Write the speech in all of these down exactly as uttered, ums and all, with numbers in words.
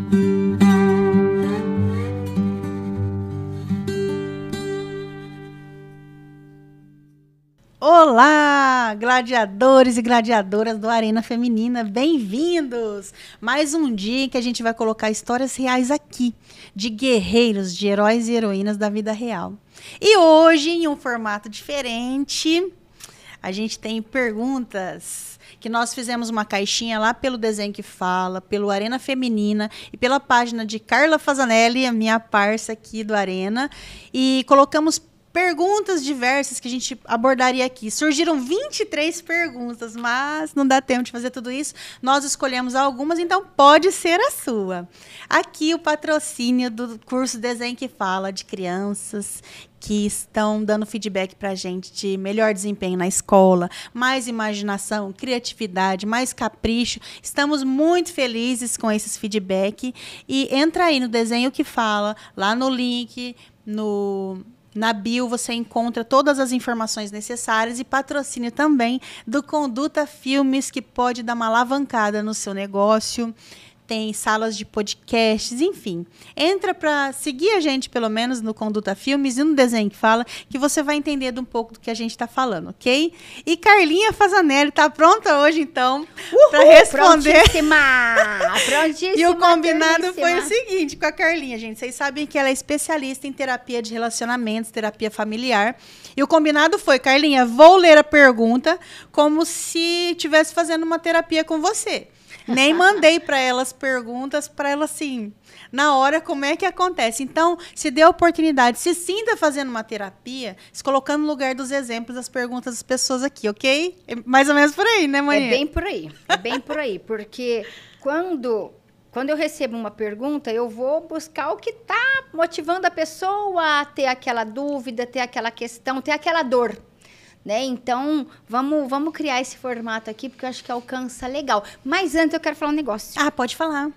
Olá, gladiadores e gladiadoras do Arena Feminina, bem-vindos! Mais um dia em que a gente vai colocar histórias reais aqui, de guerreiros, de heróis e heroínas da vida real. E hoje, em um formato diferente, a gente tem perguntas que nós fizemos uma caixinha lá pelo Desenho que Fala, pelo Arena Feminina e pela página de Carla Fazanelli, a minha parça aqui do Arena, e colocamos perguntas diversas que a gente abordaria aqui. Surgiram vinte e três perguntas, mas não dá tempo de fazer tudo isso. Nós escolhemos algumas, então pode ser a sua. Aqui o patrocínio do curso Desenho que Fala, de crianças que estão dando feedback para a gente de melhor desempenho na escola, mais imaginação, criatividade, mais capricho. Estamos muito felizes com esses feedback. E entra aí no Desenho que Fala, lá no link, no... Na bio você encontra todas as informações necessárias e patrocínio também do Conduta Filmes, que pode dar uma alavancada no seu negócio. Tem salas de podcasts, enfim. Entra para seguir a gente, pelo menos, no Conduta Filmes e no Desenho que Fala, que você vai entender de um pouco do que a gente está falando, ok? E Carlinha Fazanelli está pronta hoje, então, para responder. Prontíssima! Prontíssima! E o combinado prontíssima. foi o seguinte com a Carlinha, gente. Vocês sabem que ela é especialista em terapia de relacionamentos, terapia familiar. E o combinado foi, Carlinha, vou ler a pergunta como se estivesse fazendo uma terapia com você. Nem mandei para elas perguntas, para ela assim, na hora, como é que acontece. Então, se dê a oportunidade, se sinta fazendo uma terapia, se colocando no lugar dos exemplos das perguntas das pessoas aqui, ok? É mais ou menos por aí, né, Maninha? É bem por aí, é bem por aí, porque quando, quando eu recebo uma pergunta, eu vou buscar o que está motivando a pessoa a ter aquela dúvida, ter aquela questão, ter aquela dor. Né? Então, vamos, vamos criar esse formato aqui, porque eu acho que alcança legal. Mas antes eu quero falar um negócio. Ah, pode falar.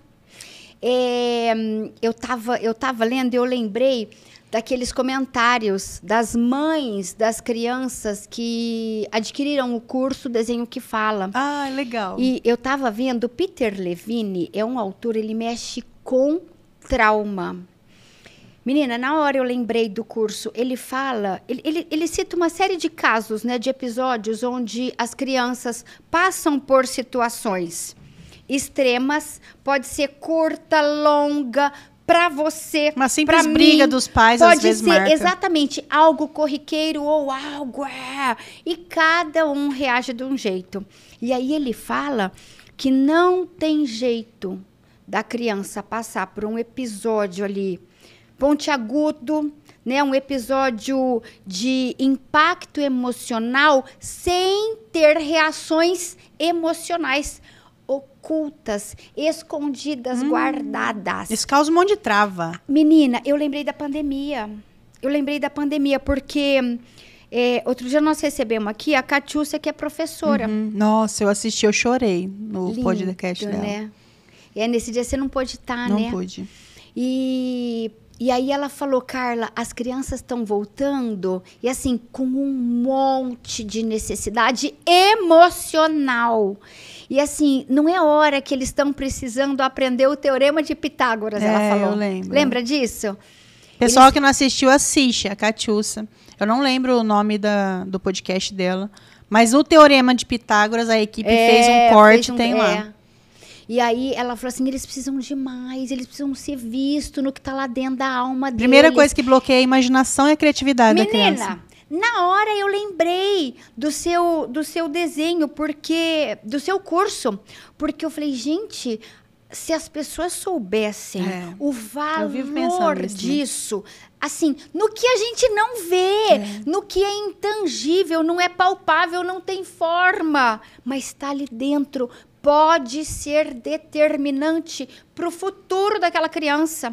É, eu estava eu tava lendo e eu lembrei daqueles comentários das mães das crianças que adquiriram o curso Desenho que Fala. Ah, legal. E eu estava vendo, o Peter Levine é um autor, ele mexe com trauma. Menina, na hora eu lembrei do curso, ele fala, ele, ele, ele cita uma série de casos, né, de episódios onde as crianças passam por situações extremas, pode ser curta, longa, para você, uma simples pra briga mim, dos pais, pode às vezes ser marca. Exatamente algo corriqueiro ou algo, é, e cada um reage de um jeito. E aí ele fala que não tem jeito da criança passar por um episódio ali pontiagudo, né, um episódio de impacto emocional sem ter reações emocionais ocultas, escondidas, hum, guardadas. Isso causa um monte de trava. Menina, eu lembrei da pandemia. Eu lembrei da pandemia porque é, outro dia nós recebemos aqui a Catiúcia, que é professora. Uhum. Nossa, eu assisti, eu chorei no Lindo, podcast dela. Né? É, nesse dia você não pôde estar, não né? Não pude. E... E aí ela falou, Carla, as crianças estão voltando, e assim, com um monte de necessidade emocional. E assim, não é hora que eles estão precisando aprender o Teorema de Pitágoras, é, ela falou. Eu lembro. Lembra disso? Pessoal eles... que não assistiu, assiste, a Catiúcia. Eu não lembro o nome da, do podcast dela, mas o Teorema de Pitágoras, a equipe é, fez um corte, fez um, tem é. lá. E aí ela falou assim, eles precisam de mais, eles precisam ser vistos no que está lá dentro da alma deles. Primeira coisa que bloqueia a imaginação e a criatividade Menina, da criança. Na hora eu lembrei do seu, do seu desenho, porque do seu curso, porque eu falei, gente, se as pessoas soubessem é, o valor disso, assim, no que a gente não vê, é. no que é intangível, não é palpável, não tem forma, mas está ali dentro, pode ser determinante para o futuro daquela criança.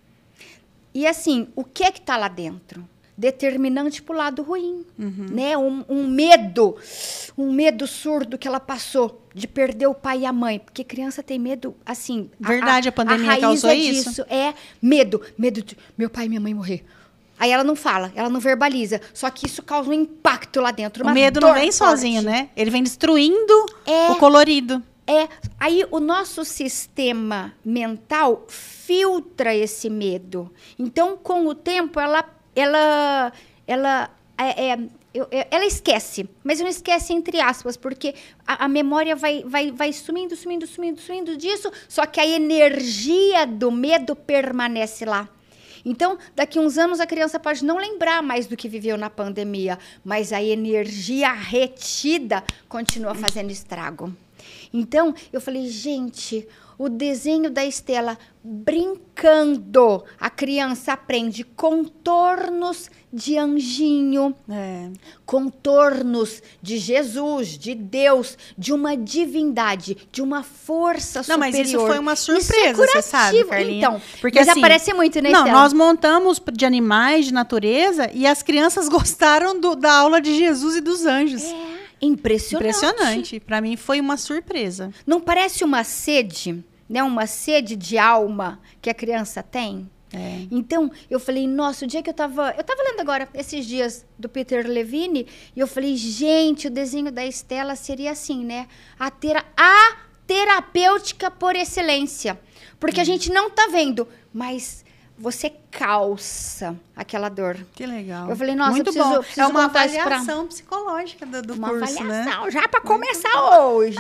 E assim, o que é que está lá dentro? Determinante para o lado ruim, uhum. né? Um, um medo, um medo surdo que ela passou de perder o pai e a mãe, porque criança tem medo, assim... Verdade, a, a, a pandemia a causou é isso. Disso é medo, medo de meu pai e minha mãe morrer. Aí ela não fala, ela não verbaliza, só que isso causa um impacto lá dentro. O medo não vem forte. sozinho, né? Ele vem destruindo é. o colorido. É, aí o nosso sistema mental filtra esse medo. Então, com o tempo, ela, ela, ela, é, é, eu, ela esquece, mas não esquece entre aspas, porque a, a memória vai, vai, vai sumindo, sumindo, sumindo, sumindo disso, só que a energia do medo permanece lá. Então, daqui a uns anos, a criança pode não lembrar mais do que viveu na pandemia, mas a energia retida continua fazendo estrago. Então, eu falei, gente, o desenho da Estela brincando. A criança aprende contornos de anjinho, é. contornos de Jesus, de Deus, de uma divindade, de uma força não, superior. Não, mas isso foi uma surpresa, é você sabe, Carlinha? Então, porque mas assim, aparece muito, né, não, Estela? nós montamos de animais, de natureza, e as crianças gostaram do, da aula de Jesus e dos anjos. É. Impressionante. Impressionante. Para mim foi uma surpresa. Não parece uma sede, né? Uma sede de alma que a criança tem? É. Então, eu falei, nossa, o dia que eu tava... Eu tava lendo agora, esses dias, do Peter Levine, e eu falei, gente, o desenho da Estela seria assim, né? A, tera a terapêutica por excelência. Porque hum. a gente não tá vendo, mas... você calça aquela dor. Que legal. Eu falei, nossa, muito eu preciso, bom. preciso é uma contar avaliação isso pra... psicológica do, do uma curso, avaliação, né? já para começar hoje.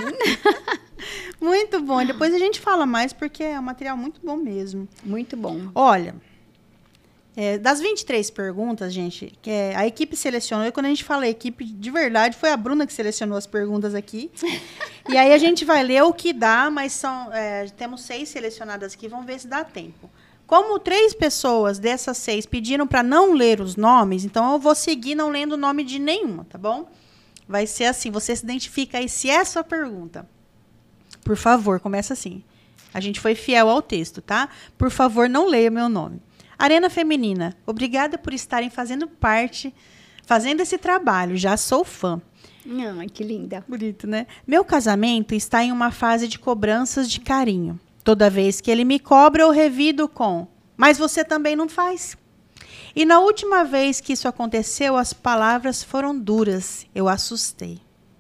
Muito bom. E depois a gente fala mais, porque é um material muito bom mesmo. Muito bom. Olha, é, das vinte e três perguntas, gente, que é, a equipe selecionou, e quando a gente fala equipe, de verdade, foi a Bruna que selecionou as perguntas aqui. E aí a gente vai ler o que dá, mas são, é, temos seis selecionadas aqui, vamos ver se dá tempo. Como três pessoas dessas seis pediram para não ler os nomes, então eu vou seguir não lendo o nome de nenhuma, tá bom? Vai ser assim, você se identifica aí se é a sua pergunta. Por favor, começa assim. A gente foi fiel ao texto, tá? Por favor, não leia meu nome. Arena Feminina, obrigada por estarem fazendo parte, fazendo esse trabalho, já sou fã. Ai, que linda. Bonito, né? Meu casamento está em uma fase de cobranças de carinho. Toda vez que ele me cobra, eu revido com, mas você também não faz. E na última vez que isso aconteceu, as palavras foram duras. Eu assustei.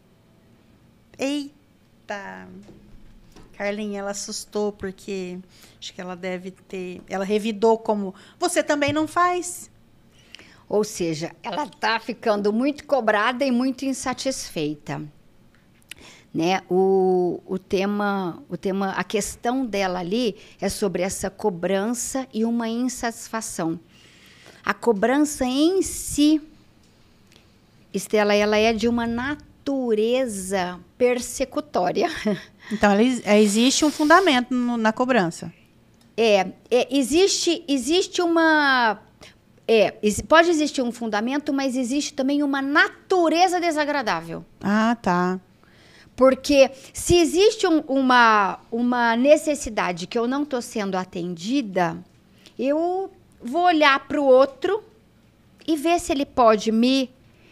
Eita! Carlinha, ela assustou porque acho que ela deve ter... Ela revidou como, você também não faz. Ou seja, ela está ficando muito cobrada e muito insatisfeita. Né? O, o, tema, o tema, a questão dela ali é sobre essa cobrança e uma insatisfação. A cobrança em si, Estela, ela é de uma natureza persecutória. Então, ela, existe um fundamento no, na cobrança. É, é existe, existe uma... É, pode existir um fundamento, mas existe também uma natureza desagradável. Ah, tá. Porque se existe um, uma, uma necessidade que eu não estou sendo atendida, eu vou olhar para o outro e ver se ele pode me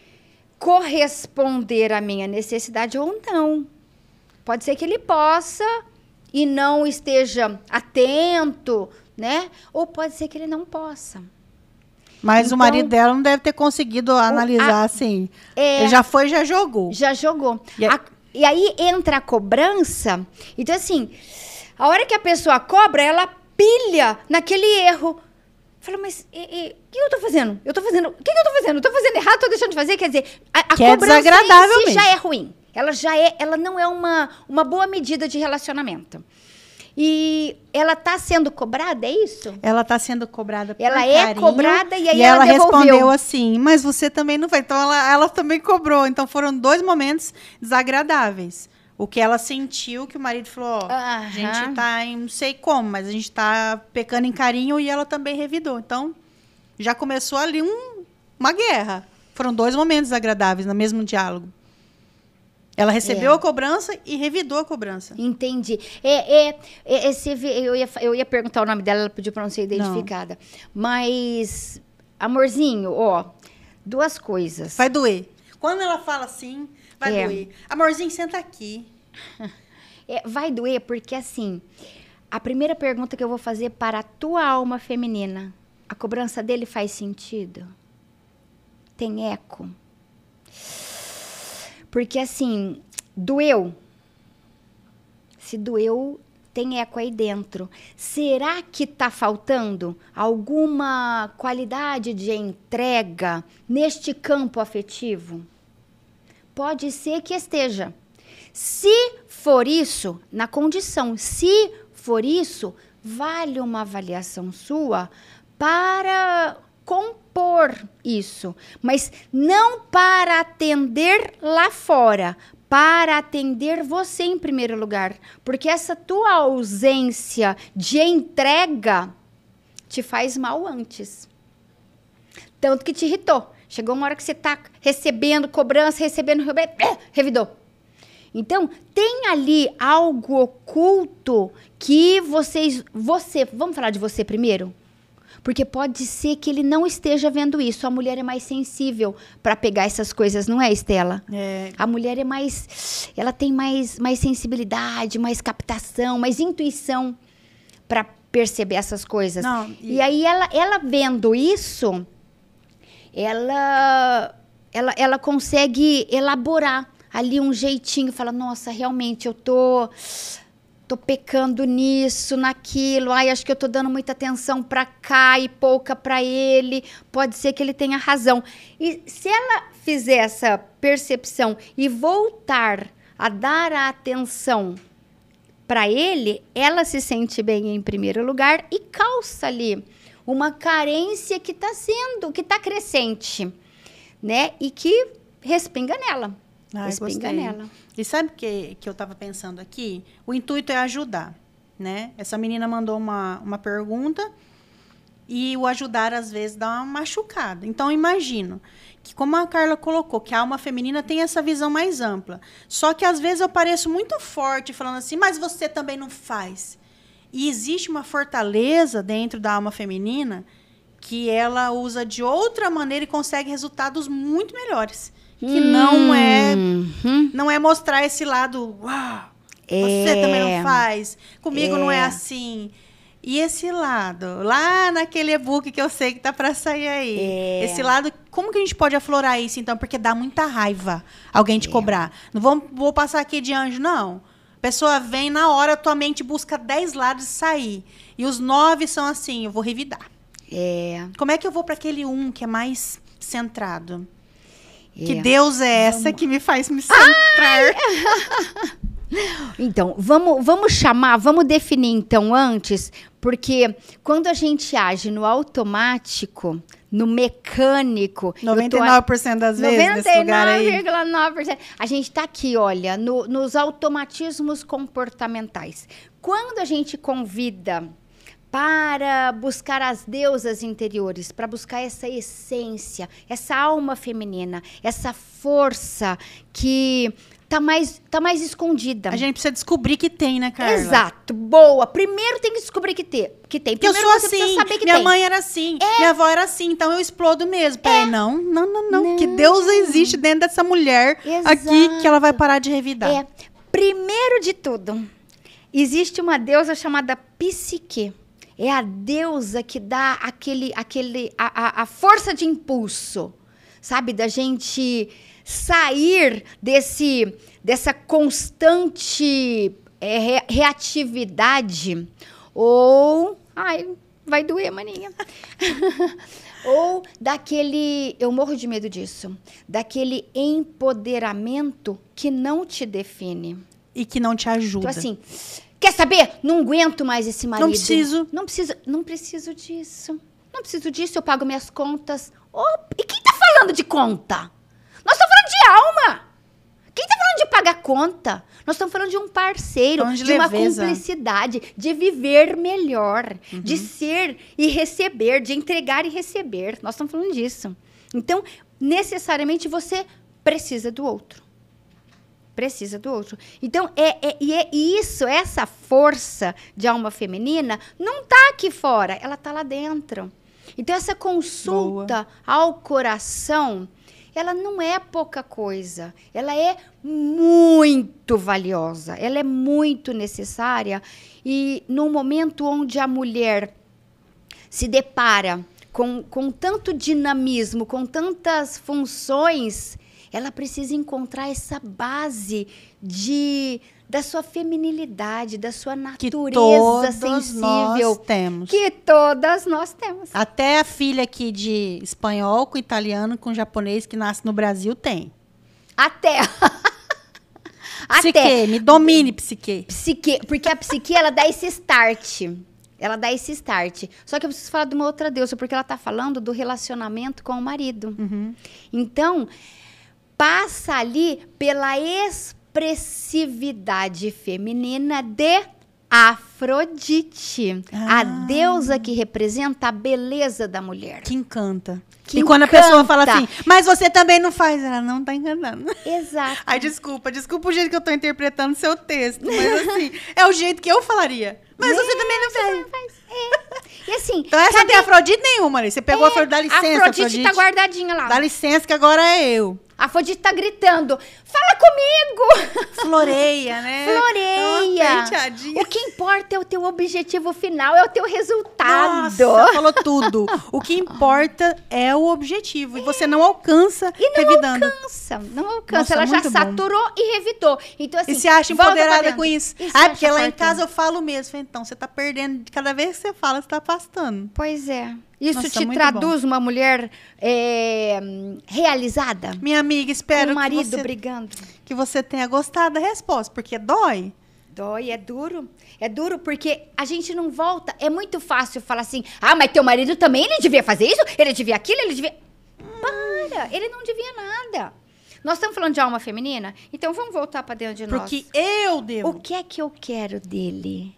corresponder à minha necessidade ou não. Pode ser que ele possa e não esteja atento, né? Ou pode ser que ele não possa. Mas então, o marido dela não deve ter conseguido analisar a, assim. É, ele já foi, já jogou. Já jogou. E, a, e aí entra a cobrança. Então, assim, a hora que a pessoa cobra, ela pilha naquele erro. Fala, mas e, e, o que eu tô fazendo? Eu tô fazendo. O que, que eu tô fazendo? Eu tô fazendo errado, tô deixando de fazer? Quer dizer, a, a que cobrança é desagradável em si mesmo. já é ruim. Ela já é, ela não é uma, uma boa medida de relacionamento. E ela está sendo cobrada, é isso? Ela está sendo cobrada por Ela carinho, é cobrada e aí e ela, ela devolveu. respondeu assim, mas você também não vai. Então, ela, ela também cobrou. Então, foram dois momentos desagradáveis. O que ela sentiu, que o marido falou, ó, a gente tá em não sei como, mas a gente tá pecando em carinho, e ela também revidou. Então, já começou ali um, uma guerra. Foram dois momentos desagradáveis no mesmo diálogo. Ela recebeu é. a cobrança e revidou a cobrança. Entendi. É, é, é, esse, eu, ia, eu ia perguntar o nome dela, ela pediu para não ser identificada. Não. Mas, amorzinho, ó, duas coisas. Vai doer. Quando ela fala assim, vai é. doer. Amorzinho, senta aqui. É, vai doer porque, assim, a primeira pergunta que eu vou fazer para a tua alma feminina, a cobrança dele faz sentido? Tem eco? Porque, assim, doeu. Se doeu, tem eco aí dentro. Será que está faltando alguma qualidade de entrega neste campo afetivo? Pode ser que esteja. Se for isso, na condição, se for isso, vale uma avaliação sua para compor isso, mas não para atender lá fora, para atender você em primeiro lugar, porque essa tua ausência de entrega te faz mal antes. Tanto que te irritou. Chegou uma hora que você está recebendo cobrança, recebendo, revidou. Então, tem ali algo oculto que vocês... Você, vamos falar de você primeiro? Porque pode ser que ele não esteja vendo isso. A mulher é mais sensível para pegar essas coisas, não é, Estela? É. A mulher é mais... Ela tem mais, mais sensibilidade, mais captação, mais intuição para perceber essas coisas. Não, e... e aí, ela, ela vendo isso, ela, ela, ela consegue elaborar ali um jeitinho. Fala, nossa, realmente, eu tô... Tô pecando nisso, naquilo. Ai, acho que eu tô dando muita atenção para cá e pouca para ele. Pode ser que ele tenha razão. E se ela fizer essa percepção e voltar a dar a atenção para ele, ela se sente bem em primeiro lugar e calça ali uma carência que está sendo, que está crescente, né? E que respinga nela. Ai, respinga nela. E sabe o que, que eu estava pensando aqui? O intuito é ajudar, né? Essa menina mandou uma, uma pergunta e o ajudar, às vezes, dá uma machucada. Então, eu imagino que, como a Carla colocou, que a alma feminina tem essa visão mais ampla. Só que, às vezes, eu pareço muito forte falando assim, mas você também não faz. E existe uma fortaleza dentro da alma feminina que ela usa de outra maneira e consegue resultados muito melhores. Que hum, não é hum. não é mostrar esse lado, uau, é, você também não faz, comigo é. não é assim. E esse lado, lá naquele e-book que eu sei que tá para sair aí, é. esse lado, como que a gente pode aflorar isso, então? Porque dá muita raiva alguém te é. cobrar. Não vou, vou passar aqui de anjo, não. A pessoa vem, na hora, tua mente busca dez lados e sair. E os nove são assim, eu vou revidar. É. Como é que eu vou para aquele um que é mais centrado? Que é. Deus é essa vamos... que me faz me centrar. Então, vamos, vamos chamar, vamos definir então antes, porque quando a gente age no automático, no mecânico... noventa e nove por cento das vezes nesse lugar aí. noventa e nove vírgula nove por cento. A gente está aqui, olha, no, nos automatismos comportamentais. Quando a gente convida... para buscar as deusas interiores, para buscar essa essência, essa alma feminina, essa força que tá mais, tá mais escondida. A gente precisa descobrir que tem, né, Carla? Exato, boa. Primeiro tem que descobrir que, ter, que tem. Primeiro eu sou você assim, precisa saber que minha tem. mãe era assim, é. minha avó era assim, então eu explodo mesmo. Peraí, é. não, não, não, não, não. Que Deus existe dentro dessa mulher Exato. aqui que ela vai parar de revidar. É. Primeiro de tudo, existe uma deusa chamada Psique. É a deusa que dá aquele, aquele, a, a, a força de impulso, sabe? Da gente sair desse, dessa constante é, re, reatividade. Ou... Ai, vai doer, maninha. Ou daquele... Eu morro de medo disso. Daquele empoderamento que não te define. E que não te ajuda. Então, assim... Quer saber? Não aguento mais esse marido. Não preciso. Não preciso, não preciso disso. Não preciso disso, eu pago minhas contas. Oh, e quem tá falando de conta? Nós estamos falando de alma. Quem tá falando de pagar conta? Nós estamos falando de um parceiro, de, de uma cumplicidade, de viver melhor, uhum. de ser e receber, de entregar e receber. Nós estamos falando disso. Então, necessariamente, você precisa do outro. Precisa do outro. Então, é, é, e é isso, essa força de alma feminina não está aqui fora, ela está lá dentro. Então, essa consulta Boa. ao coração, ela não é pouca coisa. Ela é muito valiosa, ela é muito necessária. E num momento onde a mulher se depara com, com tanto dinamismo, com tantas funções... ela precisa encontrar essa base de da sua feminilidade, da sua natureza que todos sensível. Nós temos. Que todas nós temos. Até a filha aqui de espanhol, com italiano, com japonês, que nasce no Brasil, tem. Até. Psique, Até. me domine, psique. Psique, porque a psique, ela dá esse start. Ela dá esse start. Só que eu preciso falar de uma outra deusa, porque ela está falando do relacionamento com o marido. Uhum. Então, passa ali pela expressividade feminina de Afrodite. Ah. A deusa que representa a beleza da mulher. Que encanta. Que e quando encanta. A pessoa fala assim, mas você também não faz, ela não tá enganando. Exato. Ai, desculpa, desculpa o jeito que eu tô interpretando seu texto, mas assim, é o jeito que eu falaria. Mas é, você também não faz. Não faz. É. E assim, então essa cadê? Não tem Afrodite nenhuma ali. Você pegou é, a Afrodite, dá licença, Afrodite. Afrodite tá guardadinha lá. Dá licença que agora é eu. A Afrodite tá gritando, fala comigo! Floreia, né? Floreia! O que importa é o teu objetivo final, é o teu resultado. Nossa, falou tudo. O que importa é o objetivo. É. E você não alcança e não revidando. alcança, não alcança. Nossa, ela já saturou bom. E revidou. Então, assim, e se acha empoderada com isso. Ah, porque lá importante. Em casa eu falo mesmo. Então, você tá perdendo. Cada vez que você fala, você tá afastando. Pois é. Isso Nossa, te traduz bom. Uma mulher é, realizada? Minha amiga, espero com o marido que você, brigando. Que você tenha gostado da resposta, porque dói. Dói, é duro. É duro porque a gente não volta. É muito fácil falar assim, ah, mas teu marido também, ele devia fazer isso? Ele devia aquilo? Ele devia... Hum. Para, ele não devia nada. Nós estamos falando de alma feminina? Então vamos voltar para dentro de nós. Porque eu devo. O que é que eu quero dele?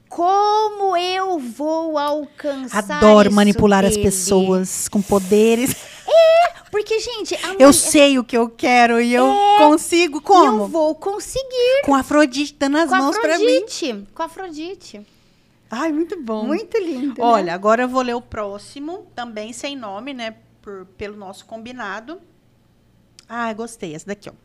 Como eu vou alcançar Adoro isso manipular dele? As pessoas com poderes. É, porque, gente... A eu sei o que eu quero e eu é, consigo. Como? Eu vou conseguir. Com a Afrodite dando as com mãos pra mim. Com a Afrodite. Ai, muito bom. Muito lindo, Olha, né? agora eu vou ler o próximo, também sem nome, né? Por, pelo nosso combinado. Ah, gostei. Essa daqui, ó.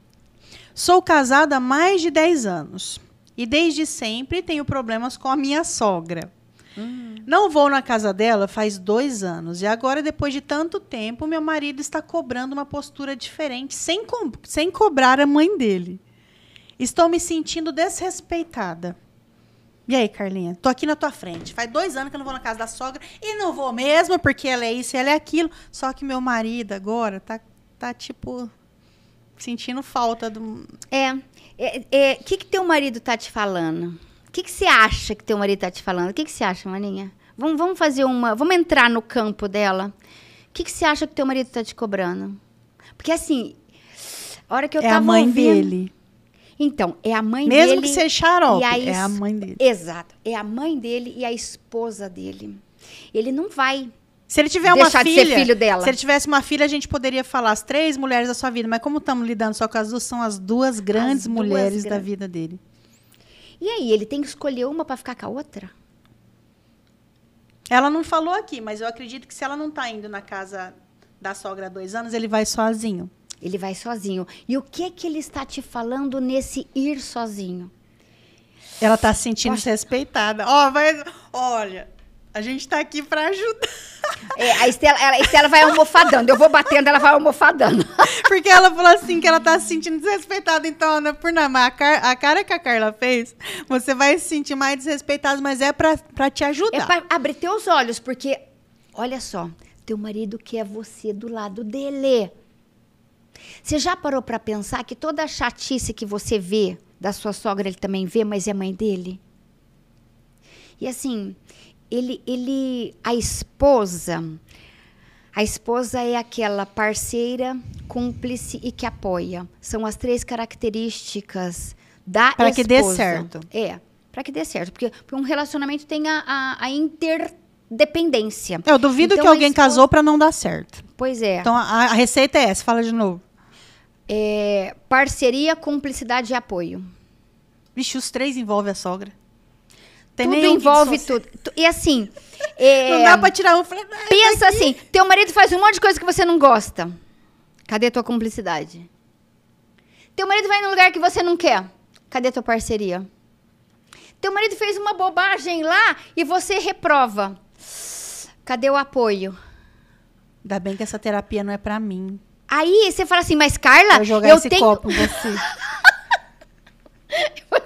Sou casada há mais de dez anos. E desde sempre tenho problemas com a minha sogra. Hum. Não vou na casa dela faz dois anos. E agora, depois de tanto tempo, meu marido está cobrando uma postura diferente, sem, co sem cobrar a mãe dele. Estou me sentindo desrespeitada. E aí, Carlinha? Tô aqui na tua frente. Faz dois anos que eu não vou na casa da sogra. E não vou mesmo, porque ela é isso e ela é aquilo. Só que meu marido agora tá, tá tipo, sentindo falta do... É... O é, é, que, que teu marido tá te falando? O que, que você acha que teu marido tá te falando? O que, que você acha, Maninha? Vamos, vamos fazer uma... Vamos entrar no campo dela. O que, que você acha que teu marido tá te cobrando? Porque, assim, a hora que eu é tava a mãe ouvindo, dele. Então, é a mãe Mesmo dele... Mesmo que seja xarope, a é a mãe dele. Exato. É a mãe dele e a esposa dele. Ele não vai... Se ele tiver uma filha, de ser filho dela. Se ele tivesse uma filha, a gente poderia falar as três mulheres da sua vida. Mas como estamos lidando só com as duas, são as duas grandes as mulheres duas da vida dele. E aí, ele tem que escolher uma para ficar com a outra? Ela não falou aqui, mas eu acredito que se ela não está indo na casa da sogra há dois anos, ele vai sozinho. Ele vai sozinho. E o que é que ele está te falando nesse ir sozinho? Ela está se sentindo Poxa. desrespeitada. Ó, oh, mas olha... A gente tá aqui pra ajudar. É, a Estela, ela, a Estela vai almofadando. Eu vou batendo, ela vai almofadando. Porque ela falou assim que ela tá se sentindo desrespeitada. Então, Ana Purnama, a, car a cara que a Carla fez, você vai se sentir mais desrespeitado, mas é pra, pra te ajudar. É pra abrir teus olhos, porque, olha só, teu marido quer você do lado dele. Você já parou pra pensar que toda a chatice que você vê da sua sogra, ele também vê, mas é mãe dele? E assim... Ele, ele, a esposa, a esposa é aquela parceira, cúmplice e que apoia. São as três características da esposa. Para que dê certo. É, para que dê certo. Porque, porque um relacionamento tem a, a, a interdependência. Eu duvido então, que alguém esposa... casou para não dar certo. Pois é. Então, a, a receita é essa, fala de novo. É, parceria, cumplicidade e apoio. Vixe, os três envolvem a sogra. Tem tudo envolve tudo. E assim... É, não dá pra tirar um... Pensa assim, teu marido faz um monte de coisa que você não gosta. Cadê a tua cumplicidade? Teu marido vai num lugar que você não quer. Cadê a tua parceria? Teu marido fez uma bobagem lá e você reprova. Cadê o apoio? Ainda bem que essa terapia não é pra mim. Aí você fala assim, mas Carla, eu, jogar eu esse tenho... copo em você.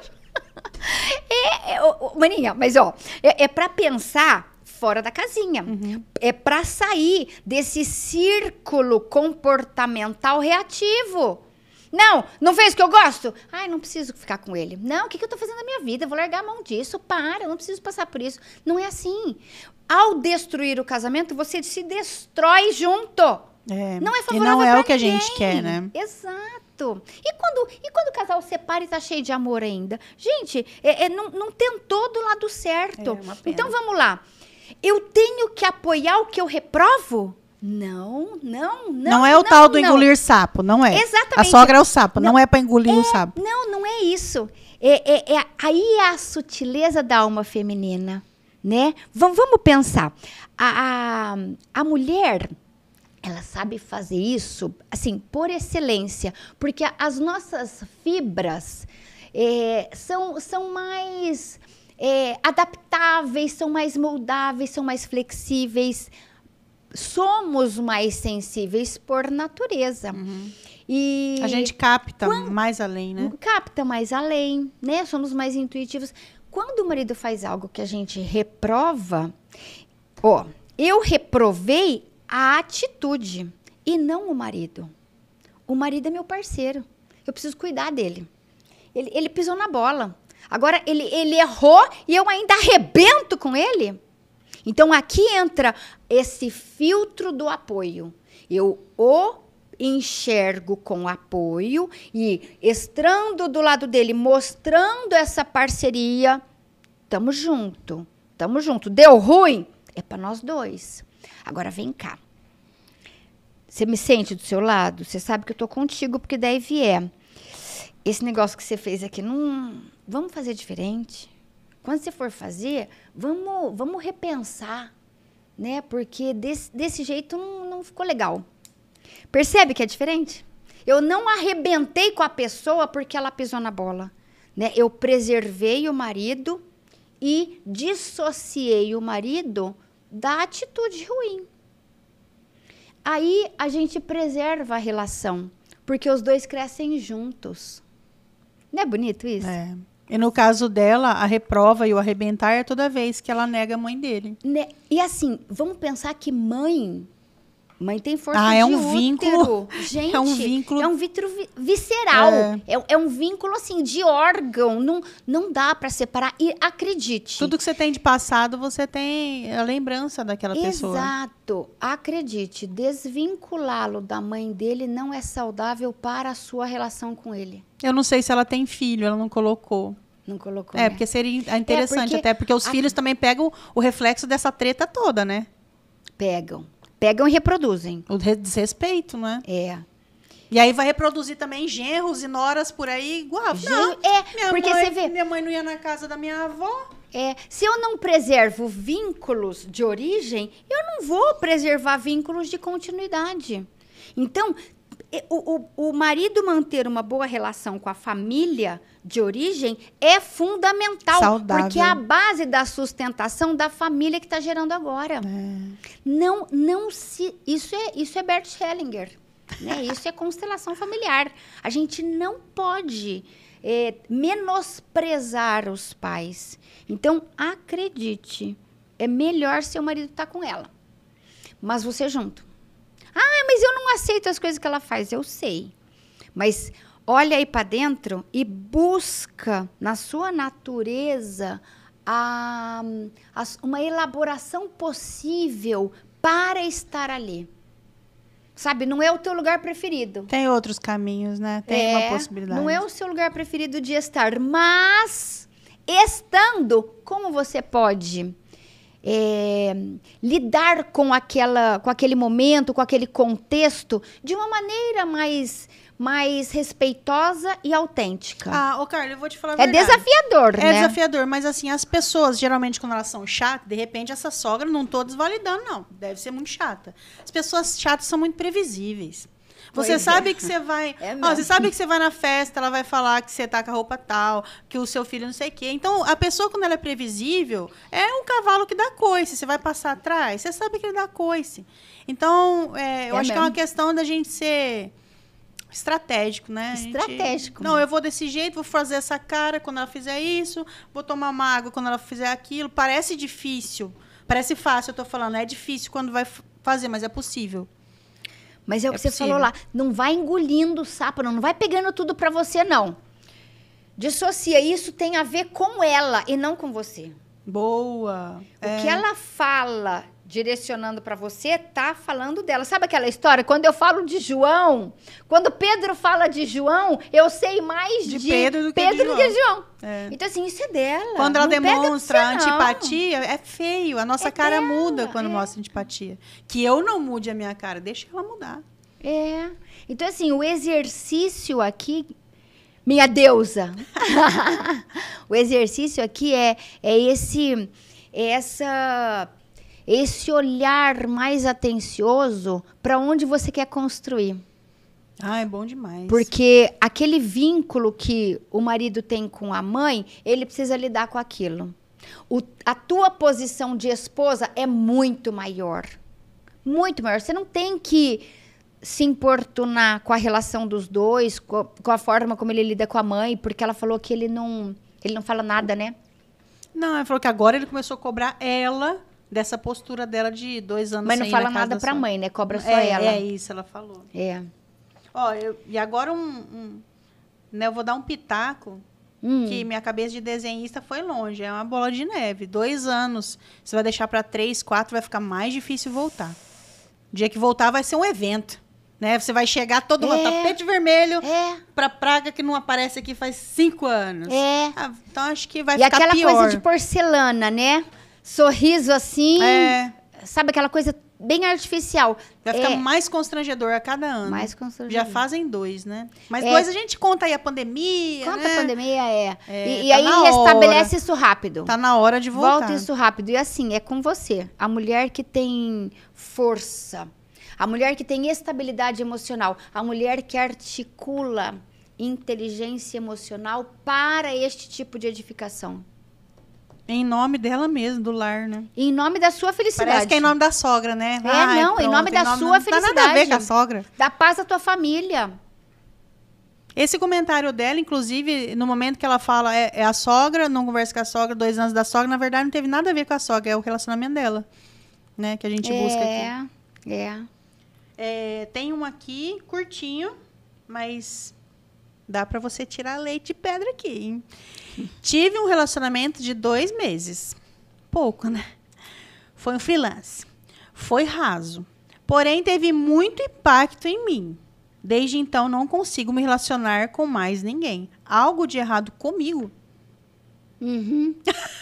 Maninha, mas ó, é, é para pensar fora da casinha. Uhum. É para sair desse círculo comportamental reativo. Não, não fez o que eu gosto? Ai, não preciso ficar com ele. Não, o que, que eu tô fazendo na minha vida? Eu vou largar a mão disso. Para, eu não preciso passar por isso. Não é assim. Ao destruir o casamento, você se destrói junto. É, não é favorável e não é pra o que ninguém. a gente quer, né? Exato. E quando, e quando o casal separa e tá cheio de amor ainda? Gente, é, é, não, não tentou do lado certo. É uma pena. Então, vamos lá. Eu tenho que apoiar o que eu reprovo? Não, não, não. Não é o não, tal do não. engolir sapo, não é. Exatamente. A sogra é o sapo, não, não é para engolir é, o sapo. Não, não é isso. É, é, é, aí é a sutileza da alma feminina, né? Vamos, vamos pensar. A, a, a mulher, ela sabe fazer isso, assim, por excelência, porque as nossas fibras é, são, são mais é, adaptáveis, são mais moldáveis, são mais flexíveis. Somos mais sensíveis por natureza. Uhum. E a gente capta quando, mais além, né? Capta mais além, né? Somos mais intuitivos. Quando o marido faz algo que a gente reprova, ó, eu reprovei a atitude e não o marido. O marido é meu parceiro. Eu preciso cuidar dele. Ele, ele pisou na bola. Agora, ele, ele errou e eu ainda arrebento com ele? Então, aqui entra esse filtro do apoio. Eu o enxergo com apoio e estando do lado dele, mostrando essa parceria. Tamo junto, tamo junto. Deu ruim? É para nós dois. Agora, vem cá. Você me sente do seu lado? Você sabe que eu tô contigo, porque daí vier. Esse negócio que você fez aqui, não... vamos fazer diferente? Quando você for fazer, vamos, vamos repensar, né? Porque desse, desse jeito não, não ficou legal. Percebe que é diferente? Eu não arrebentei com a pessoa porque ela pisou na bola, né? Eu preservei o marido e dissociei o marido da atitude ruim. Aí a gente preserva a relação, porque os dois crescem juntos. Não é bonito isso? É. E no caso dela, a reprova e o arrebentar é toda vez que ela nega a mãe dele. Né? E assim, vamos pensar que mãe... Mãe tem força ah, de é um útero. Vínculo, Gente, é um vínculo... É um vínculo vi visceral. É. É, é um vínculo, assim, de órgão. Não, não dá para separar. E acredite. Tudo que você tem de passado, você tem a lembrança daquela Exato. pessoa. Exato. Acredite, desvinculá-lo da mãe dele não é saudável para a sua relação com ele. Eu não sei se ela tem filho, ela não colocou. Não colocou, É, né? porque seria interessante, é porque até porque os a... filhos também pegam o reflexo dessa treta toda, né? Pegam. Pegam e reproduzem. O desrespeito, né? É. E aí vai reproduzir também genros e noras por aí igual. Gen... Não, é, minha porque mãe, você vê... minha mãe não ia na casa da minha avó. É, se eu não preservo vínculos de origem, eu não vou preservar vínculos de continuidade. Então, o, o, o marido manter uma boa relação com a família de origem é fundamental. Saudável. Porque é a base da sustentação da família que está gerando agora. É. Não, não se... Isso é, isso é Bert Hellinger. Né? Isso é constelação familiar. A gente não pode é, menosprezar os pais. Então, acredite, é melhor seu marido estar com ela. Mas você junto. Ah, mas eu não aceito as coisas que ela faz. Eu sei. Mas olha aí para dentro e busca na sua natureza a, a, uma elaboração possível para estar ali. Sabe, não é o teu lugar preferido. Tem outros caminhos, né? Tem é, uma possibilidade. Não é o seu lugar preferido de estar, mas estando, como você pode é, lidar com, aquela, com aquele momento, com aquele contexto, de uma maneira mais, mais respeitosa e autêntica. Ah, ô Carla, eu vou te falar a É verdade. desafiador, É né? desafiador, mas assim, as pessoas, geralmente, quando elas são chatas, de repente, essa sogra, não tô desvalidando, não. Deve ser muito chata. As pessoas chatas são muito previsíveis. Você Pois sabe é. que você vai... É ó, você mesmo. sabe que você vai na festa, ela vai falar que você tá com a roupa tal, que o seu filho não sei o quê. Então, a pessoa, quando ela é previsível, é um cavalo que dá coice. Você vai passar atrás, você sabe que ele dá coice. Então, é, eu É acho que é uma mesmo. questão da gente ser... Estratégico, né? Estratégico. Gente... Não, eu vou desse jeito, vou fazer essa cara quando ela fizer isso, vou tomar uma água quando ela fizer aquilo. Parece difícil, parece fácil, eu tô falando. É difícil quando vai fazer, mas é possível. Mas é o é que você possível. falou lá. Não vai engolindo o sapo, não. Não vai pegando tudo pra você, não. Dissocia. Isso tem a ver com ela e não com você. Boa. O é. que ela fala... direcionando para você, tá falando dela. Sabe aquela história? Quando eu falo de João, quando Pedro fala de João, eu sei mais de, de Pedro do que Pedro de João. Do que João. É. Então, assim, isso é dela. Quando ela não demonstra pega você, antipatia, é feio. A nossa é cara dela, muda quando é. mostra antipatia. Que eu não mude a minha cara, deixa ela mudar. É. Então, assim, o exercício aqui... Minha deusa. O exercício aqui é, é esse... É essa... esse olhar mais atencioso para onde você quer construir. Ah, é bom demais. Porque aquele vínculo que o marido tem com a mãe, ele precisa lidar com aquilo. O, a tua posição de esposa é muito maior. Muito maior. Você não tem que se importunar com a relação dos dois, com a, com a forma como ele lida com a mãe, porque ela falou que ele não, ele não fala nada, né? Não, ele falou que agora ele começou a cobrar ela... dessa postura dela de dois anos Mas sem não ir fala na casa nada da pra sogra. mãe, né? Cobra só é, ela. É isso, ela falou. É. Ó, eu, e agora um, um... né, eu vou dar um pitaco, hum. que minha cabeça de desenhista foi longe. É uma bola de neve. Dois anos. Você vai deixar pra três, quatro, vai ficar mais difícil voltar. O dia que voltar vai ser um evento. Né? Você vai chegar todo mundo, é. tapete vermelho, é. pra praga que não aparece aqui faz cinco anos. É. Ah, então acho que vai e ficar pior. E aquela coisa de porcelana, né? Sorriso assim. É. Sabe aquela coisa bem artificial. Vai ficar é. mais constrangedor a cada ano. Mais constrangedor. Já fazem dois, né? Mas é. dois a gente conta aí a pandemia, Conta né? a pandemia, é. é e tá e aí restabelece isso rápido. Tá na hora de voltar. Volta isso rápido. E assim, é com você. A mulher que tem força, a mulher que tem estabilidade emocional, a mulher que articula inteligência emocional para este tipo de edificação. Em nome dela mesmo, do lar, né? Em nome da sua felicidade. Parece que é em nome da sogra, né? É, Ai, não, pronto, em nome da em nome sua não felicidade. Não tem nada a ver com a sogra. Da paz da tua família. Esse comentário dela, inclusive, no momento que ela fala é, é a sogra, não conversa com a sogra, dois anos da sogra, na verdade não teve nada a ver com a sogra, é o relacionamento dela, né? Que a gente é, busca aqui. É, é. Tem um aqui, curtinho, mas dá pra você tirar leite de pedra aqui, hein? Tive um relacionamento de dois meses. Pouco, né? Foi um freelance. Foi raso. Porém, teve muito impacto em mim. Desde então, não consigo me relacionar com mais ninguém. Algo de errado comigo? Uhum.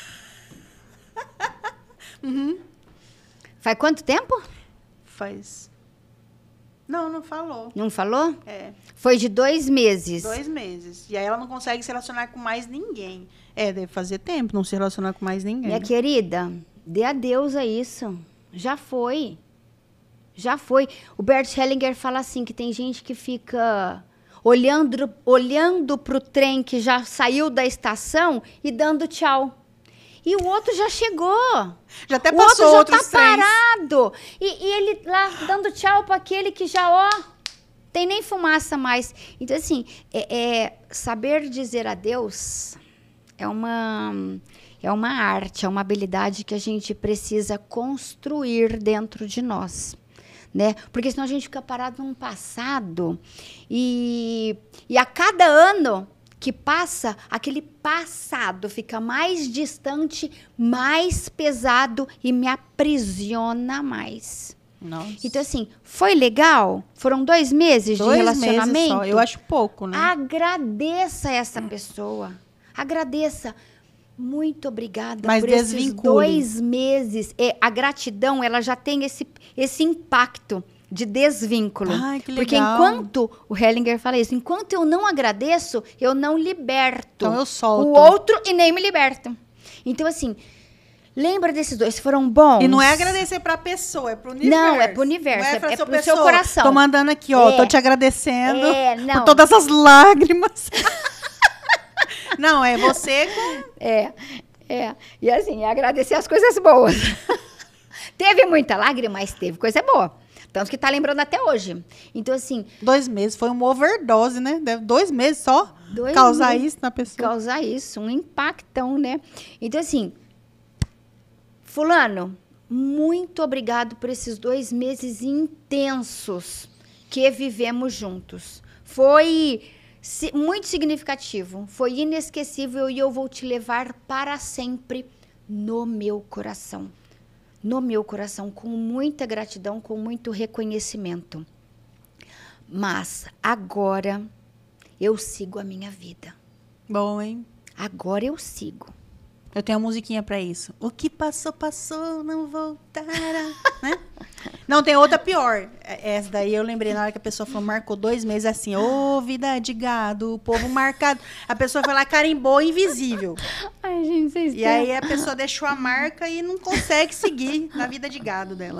uhum. Faz quanto tempo? Faz... Não, não falou. Não falou? É. Foi de dois meses. Dois meses. E aí ela não consegue se relacionar com mais ninguém. É, deve fazer tempo não se relacionar com mais ninguém. Minha querida, dê adeus a isso. Já foi. Já foi. O Bert Hellinger fala assim, que tem gente que fica olhando, olhando pro trem que já saiu da estação e dando tchau. E o outro já chegou. Já até o passou outro já outros tá trens. parado. E, e ele lá dando tchau para aquele que já, ó, tem nem fumaça mais. Então, assim, é, é, saber dizer adeus é uma, é uma arte, é uma habilidade que a gente precisa construir dentro de nós. Né? Porque senão a gente fica parado num passado. E, e a cada ano que passa, aquele passado fica mais distante, mais pesado e me aprisiona mais. Nossa. Então, assim, foi legal? Foram dois meses dois de relacionamento? Meses só. Eu acho pouco, né? Agradeça essa pessoa. Agradeça. Muito obrigada Mas por esses desvincule. dois meses. É, a gratidão, ela já tem esse, esse impacto de desvínculo. Ai, que legal. Porque enquanto, o Hellinger fala isso, enquanto eu não agradeço, eu não liberto então eu solto o outro e nem me liberto. Então, assim, lembra desses dois, foram bons. E não é agradecer pra pessoa, é pro universo. Não, é pro universo, não é, é, pra é sua pro pessoa. seu coração. Tô mandando aqui, ó, É. tô te agradecendo É, não. por todas as lágrimas. Não, é você com... É, é. E assim, agradecer as coisas boas. Teve muita lágrima, mas teve coisa boa. Tanto que tá lembrando até hoje. Então, assim... Dois meses. Foi uma overdose, né? Deve dois meses só dois causar meses, isso na pessoa. Causar isso. Um impactão, né? Então, assim... Fulano, muito obrigado por esses dois meses intensos que vivemos juntos. Foi muito significativo. Foi inesquecível e eu vou te levar para sempre no meu coração. No meu coração, com muita gratidão, com muito reconhecimento. Mas agora eu sigo a minha vida. Bom, hein? Agora eu sigo. Eu tenho uma musiquinha pra isso. O que passou, passou, não voltará. Né? Não, tem outra pior. Essa daí eu lembrei na hora que a pessoa falou, marcou dois meses assim. Ô, oh, vida de gado, o povo marcado. A pessoa foi lá, carimbou, invisível. Ai, gente, vocês E aí a pessoa deixou a marca e não consegue seguir na vida de gado dela.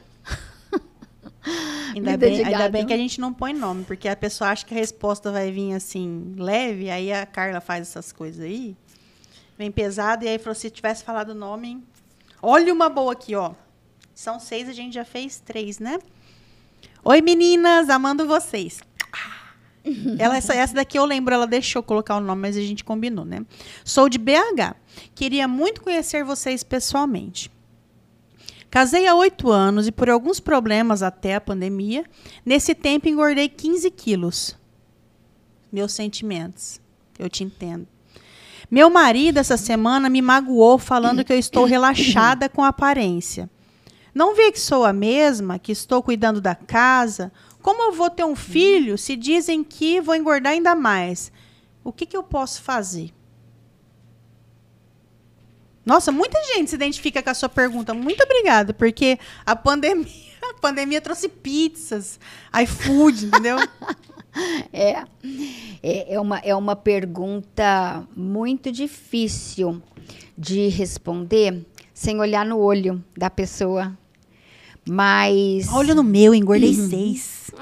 Ainda, bem, ainda bem que a gente não põe nome, porque a pessoa acha que a resposta vai vir assim, leve, aí a Carla faz essas coisas aí. Bem pesado, e aí falou, se tivesse falado o nome, hein? Olha uma boa aqui, ó. São seis, a gente já fez três, né? Oi, meninas, amando vocês. Ela, essa, essa daqui eu lembro, ela deixou colocar o nome, mas a gente combinou, né? Sou de B H. Queria muito conhecer vocês pessoalmente. Casei há oito anos e por alguns problemas até a pandemia, nesse tempo engordei quinze quilos. Meus sentimentos, eu te entendo. Meu marido, essa semana, me magoou falando que eu estou relaxada com a aparência. Não vê que sou a mesma, que estou cuidando da casa? Como eu vou ter um filho se dizem que vou engordar ainda mais? O que, que eu posso fazer? Nossa, muita gente se identifica com a sua pergunta. Muito obrigada, porque a pandemia, a pandemia trouxe pizzas, iFood, entendeu? É, é, é, uma, é uma pergunta muito difícil de responder sem olhar no olho da pessoa. Mas... Olha no meu, engordei seis.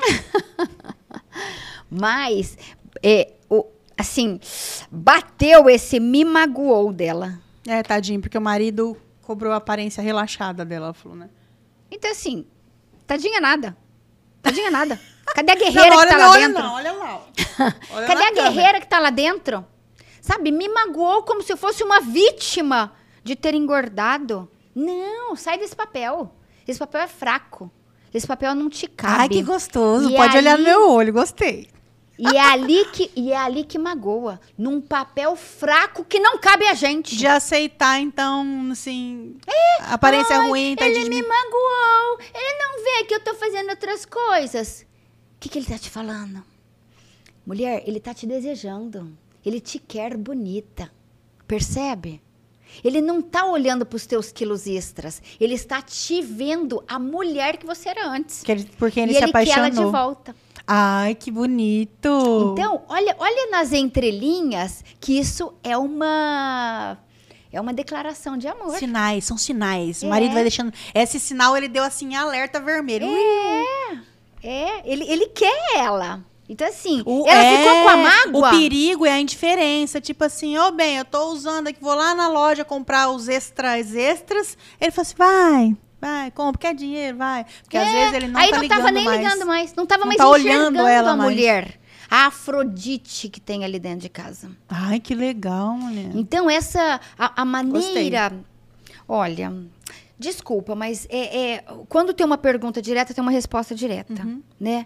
Mas, é, o, assim, bateu esse me magoou dela. É, tadinho, porque o marido cobrou a aparência relaxada dela, ela falou, né? Então, assim, tadinha nada. Tadinha nada. Cadê a guerreira não, que tá não, lá olha dentro? Não, olha lá. Olha Cadê a câmera. guerreira que tá lá dentro? Sabe, me magoou como se eu fosse uma vítima de ter engordado. Não, sai desse papel. Esse papel é fraco. Esse papel não te cabe. Ai, que gostoso. E Pode ali, olhar no meu olho, gostei. E é, ali que, e é ali que magoa. Num papel fraco que não cabe a gente. De aceitar, então, assim... É, aparência ai, ruim. Tá ele de... me magoou. Ele não vê que eu tô fazendo outras coisas. O que, que ele tá te falando? Mulher, ele tá te desejando. Ele te quer bonita. Percebe? Ele não tá olhando pros teus quilos extras. Ele está te vendo a mulher que você era antes. Que ele, porque ele e se ele apaixonou. quer ela de volta. Ai, que bonito. Então, olha, olha nas entrelinhas que isso é uma... É uma declaração de amor. Sinais, são sinais. É. O marido vai deixando... Esse sinal, ele deu assim, alerta vermelho. É, é. Ele, ele quer ela. Então, assim, O, ela é, ficou com a mágoa. O perigo é a indiferença. Tipo assim, ô, oh, bem, eu tô usando aqui, vou lá na loja comprar os extras extras. Ele falou assim, vai, vai, compra, quer dinheiro, vai. Porque é, às vezes ele não aí tá não ligando tava nem mais. ligando mais. Não tava não mais tá enxergando olhando ela a mais. mulher. A Afrodite que tem ali dentro de casa. Ai, que legal, mulher. Então, essa, a, a maneira... Gostei. Olha, desculpa, mas é, é, quando tem uma pergunta direta, tem uma resposta direta, uhum. né?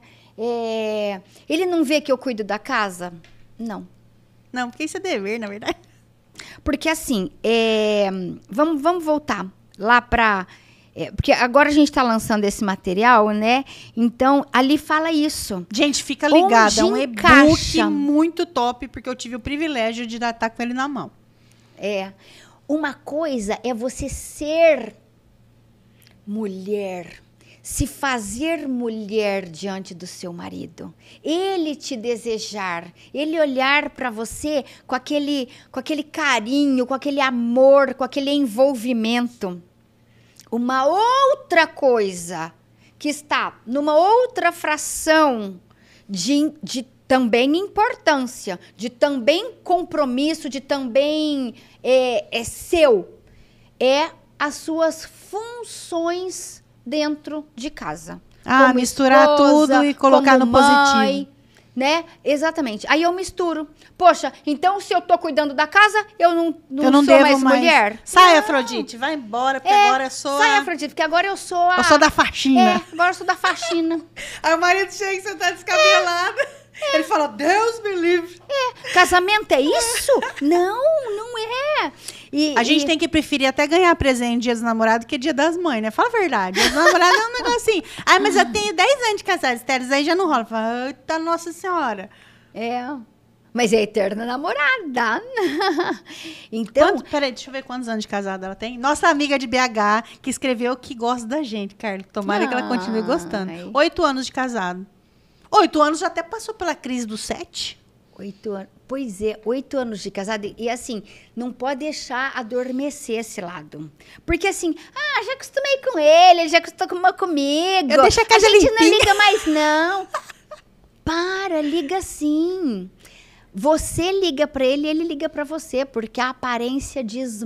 É, ele não vê que eu cuido da casa? Não. Não, porque isso é dever, na verdade. Porque assim, é, vamos, vamos voltar lá para... É, porque agora a gente está lançando esse material, né? Então, ali fala isso. Gente, fica ligada. É um encaixa? e-book muito top, porque eu tive o privilégio de estar com ele na mão. É. Uma coisa é você ser mulher, se fazer mulher diante do seu marido. Ele te desejar, ele olhar para você com aquele, com aquele carinho, com aquele amor, com aquele envolvimento. Uma outra coisa que está numa outra fração de, de também importância, de também compromisso, de também é, é seu, é as suas funções dentro de casa. Ah, como misturar esposa, tudo e colocar no mãe, positivo. Né? Exatamente. Aí eu misturo. Poxa, então se eu tô cuidando da casa, eu não, não, eu não sou devo mais, mais mulher? Sai, não. Afrodite, vai embora, porque É, agora eu sou sai, a... Afrodite, porque agora eu sou a... Eu sou da faxina. É, agora eu sou da faxina. Aí o marido chega e você tá descabelada. É. Ele fala, Deus me livre. É, casamento é isso? Não, não é. E, a gente e... tem que preferir até ganhar presente dia dos namorados que dia das mães, né? Fala a verdade. Dia dos namorados é um negocinho. Ah, mas eu tenho dez anos de casado, Estéreis, aí já não rola. Fala, eita, Nossa Senhora. É, mas é eterna namorada. Então... Quanto, peraí, deixa eu ver quantos anos de casada ela tem. Nossa amiga de B H, que escreveu que gosta da gente, Carla. Tomara ah, que ela continue gostando. Ai. Oito anos de casado. Oito anos já até passou pela crise do sete. Oito anos. Pois é, oito anos de casado. E assim, não pode deixar adormecer esse lado. Porque assim, ah, já acostumei com ele, ele já acostumou comigo. Eu deixo a casa A gente limpinha. não liga mais, não. Para, liga sim. Você liga pra ele e ele liga pra você. Porque a aparência diz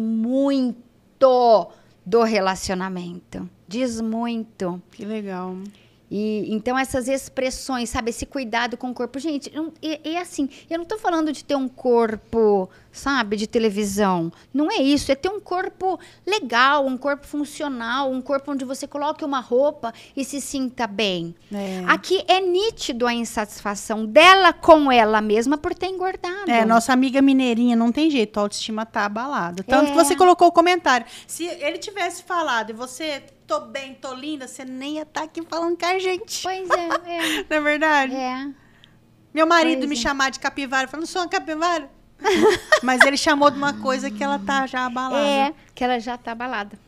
muito do relacionamento. Diz muito. Que legal. E, então, essas expressões, sabe? Esse cuidado com o corpo. Gente, não, e, e assim, eu não tô falando de ter um corpo, sabe? De televisão. Não é isso. É ter um corpo legal, um corpo funcional, um corpo onde você coloque uma roupa e se sinta bem. É. Aqui é nítido a insatisfação dela com ela mesma por ter engordado. É, nossa amiga mineirinha, não tem jeito, a autoestima tá abalada. Tanto É. que você colocou o comentário. Se ele tivesse falado e você... Tô bem, tô linda, você nem ia estar aqui falando com a gente. Pois é, é. Não é verdade? É. Meu marido Pois me é. chamar de capivara, eu falei, não sou uma capivara. Mas ele chamou de uma coisa que ela tá já abalada. É, que ela já tá abalada.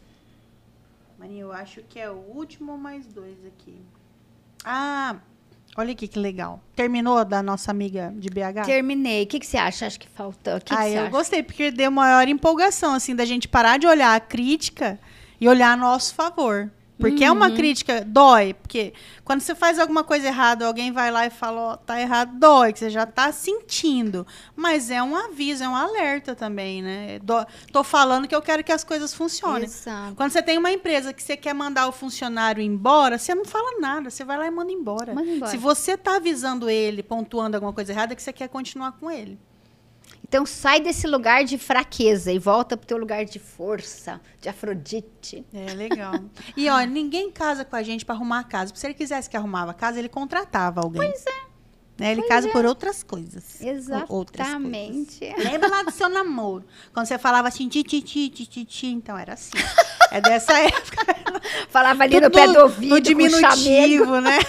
Maria, eu acho que é o último mais dois aqui. Ah, olha aqui que legal. Terminou da nossa amiga de B H? Terminei. O que, que você acha? Acho que faltou. O que, ah, que você eu acha? gostei, porque deu maior empolgação, assim, da gente parar de olhar a crítica e olhar a nosso favor. Porque uhum. é uma crítica, dói. Porque quando você faz alguma coisa errada, alguém vai lá e fala, ó, oh, tá errado, dói, que você já tá sentindo. Mas é um aviso, é um alerta também, né? Do, tô falando que eu quero que as coisas funcionem. Exato. Quando você tem uma empresa que você quer mandar o funcionário embora, você não fala nada, você vai lá e manda embora. Manda embora. Se você tá avisando ele, pontuando alguma coisa errada, é que você quer continuar com ele. Então, sai desse lugar de fraqueza e volta pro teu lugar de força, de Afrodite. É, legal. E, ó, ninguém casa com a gente para arrumar a casa. Se ele quisesse que arrumava a casa, ele contratava alguém. Pois é. Né? Ele pois casa é. por outras coisas. Exatamente. Outras coisas. Lembra lá do seu namoro? Quando você falava assim, ti, ti, ti, ti, ti, ti, então era assim. É dessa época. Falava ali no pé do ouvido, no diminutivo, né?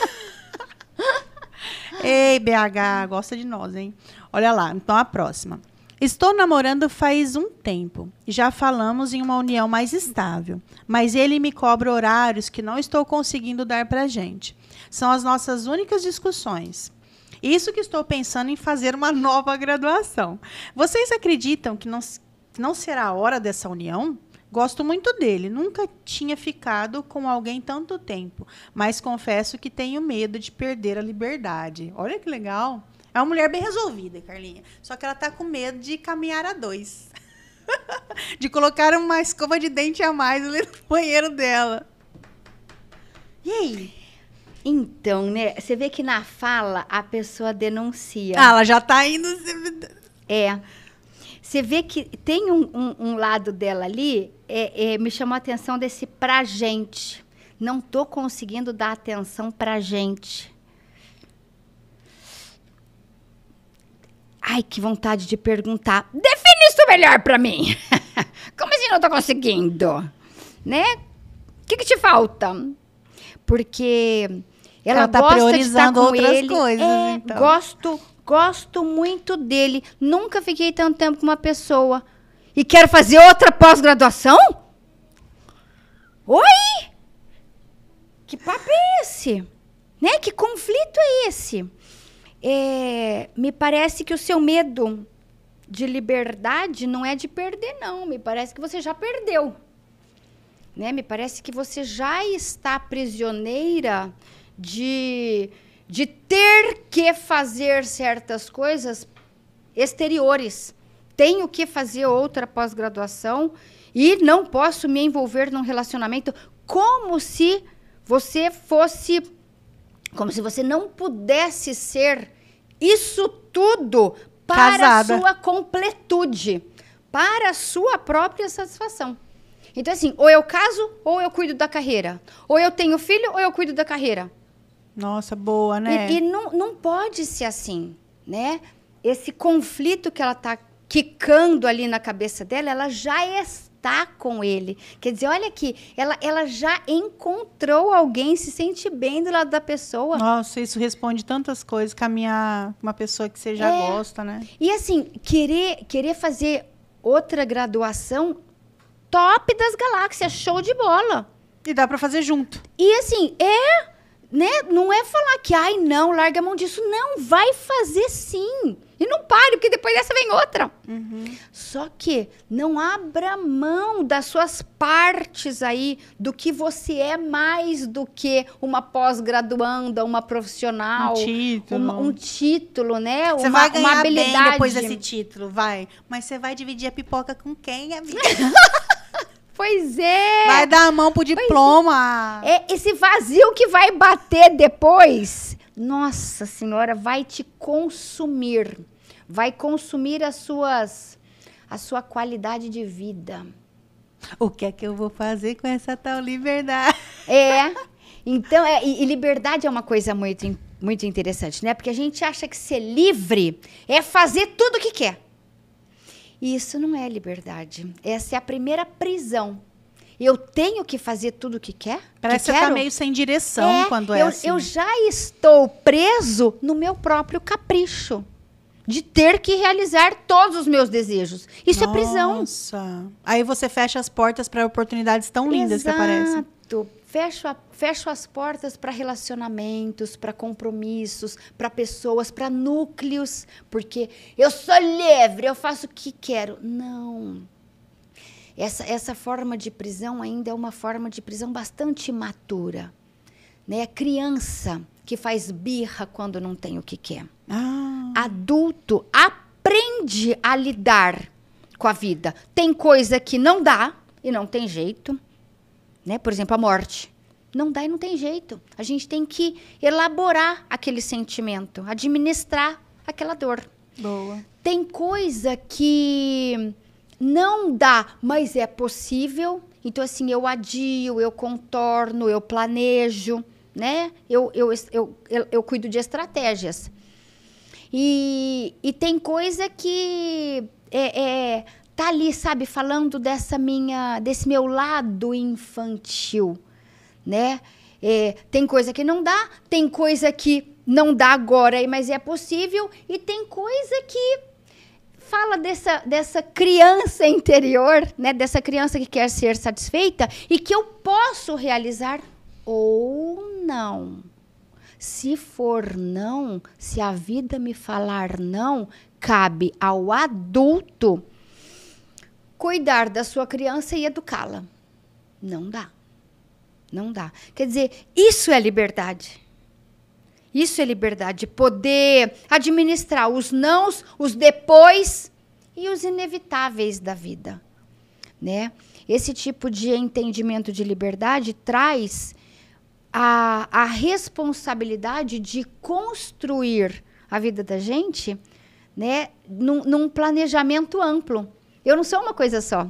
Ei, B H, gosta de nós, hein? Olha lá, então a próxima. Estou namorando faz um tempo. Já falamos em uma união mais estável. Mas ele me cobra horários que não estou conseguindo dar pra gente. São as nossas únicas discussões. Isso que estou pensando em fazer uma nova graduação. Vocês acreditam que não, que não será a hora dessa união? Gosto muito dele. Nunca tinha ficado com alguém tanto tempo. Mas confesso que tenho medo de perder a liberdade. Olha que legal. É uma mulher bem resolvida, Carlinha. Só que ela tá com medo de caminhar a dois. De colocar uma escova de dente a mais ali no banheiro dela. E aí? Então, né? Você vê que na fala a pessoa denuncia. Ah, ela já tá indo... É. Você vê que tem um, um, um lado dela ali, é, é, me chamou a atenção desse pra gente. Não tô conseguindo dar atenção pra gente. Ai, que vontade de perguntar. Define isso melhor pra mim. Como assim não tô conseguindo? Né? O que que te falta? Porque ela, ela tá gosta priorizando de estar com outras ele. coisas, É, então. Gosto, gosto muito dele. Nunca fiquei tanto tempo com uma pessoa. E quero fazer outra pós-graduação? Oi? Que papo é esse? Né? Que conflito é esse? É, me parece que o seu medo de liberdade não é de perder, não. Me parece que você já perdeu. Né? Me parece que você já está prisioneira de, de ter que fazer certas coisas exteriores. Tenho que fazer outra pós-graduação e não posso me envolver num relacionamento como se você fosse Como se você não pudesse ser isso tudo para Casada. a sua completude, para a sua própria satisfação. Então, assim, ou eu caso, ou eu cuido da carreira. Ou eu tenho filho, ou eu cuido da carreira. Nossa, boa, né? E, e não, não pode ser assim, né? Esse conflito que ela está quicando ali na cabeça dela, ela já está com ele. Quer dizer, olha aqui, ela, ela já encontrou alguém, se sente bem do lado da pessoa. Nossa, isso responde tantas coisas, caminhar uma pessoa que você já é. gosta, né? E assim, querer, querer fazer outra graduação top das galáxias, show de bola. E dá para fazer junto. E assim, é, né? Não é falar que, ai, não, larga a mão disso. Não, vai fazer sim. E não pare, porque depois dessa vem outra. Uhum. Só que não abra mão das suas partes aí, do que você é mais do que uma pós-graduanda, uma profissional. Um título. Uma, um título, né? Você uma, vai ganhar uma habilidade. bem depois desse título, vai. Mas você vai dividir a pipoca com quem, amiga? Pois é. Vai dar a mão pro diploma. É. é esse vazio que vai bater depois. Nossa Senhora, vai te consumir. Vai consumir as suas, a sua qualidade de vida. O que é que eu vou fazer com essa tal liberdade? É. Então, é, e, e liberdade é uma coisa muito, muito interessante, né? Porque a gente acha que ser livre é fazer tudo o que quer. E isso não é liberdade. Essa é a primeira prisão. Eu tenho que fazer tudo o que quer? Parece que você tá meio sem direção é, quando é eu, assim. Eu já estou preso no meu próprio capricho. De ter que realizar todos os meus desejos. Isso Nossa. é prisão. Nossa. Aí você fecha as portas para oportunidades tão lindas Exato. que aparecem. Fecho, a, fecho as portas para relacionamentos, para compromissos, para pessoas, para núcleos. Porque eu sou livre, eu faço o que quero. Não. Essa, essa forma de prisão ainda é uma forma de prisão bastante imatura. Né? Criança que faz birra quando não tem o que quer. Ah. Adulto aprende a lidar com a vida. Tem coisa que não dá e não tem jeito. Né? Por exemplo, a morte. Não dá e não tem jeito. A gente tem que elaborar aquele sentimento, administrar aquela dor. Boa. Tem coisa que não dá, mas é possível. Então, assim, eu adio, eu contorno, eu planejo, né? Eu, eu, eu, eu, eu cuido de estratégias. E, e tem coisa que é... é tá ali, sabe, falando dessa minha, desse meu lado infantil, né? É, tem coisa que não dá, tem coisa que não dá agora, mas é possível, e tem coisa que fala dessa, dessa criança interior, né? Dessa criança que quer ser satisfeita e que eu posso realizar ou não. Se for não, se a vida me falar não, cabe ao adulto cuidar da sua criança e educá-la. Não dá. Não dá. Quer dizer, isso é liberdade. Isso é liberdade. Poder administrar os nãos, os depois e os inevitáveis da vida. Né? Esse tipo de entendimento de liberdade traz a, a responsabilidade de construir a vida da gente, né, num, num planejamento amplo. Eu não sou uma coisa só.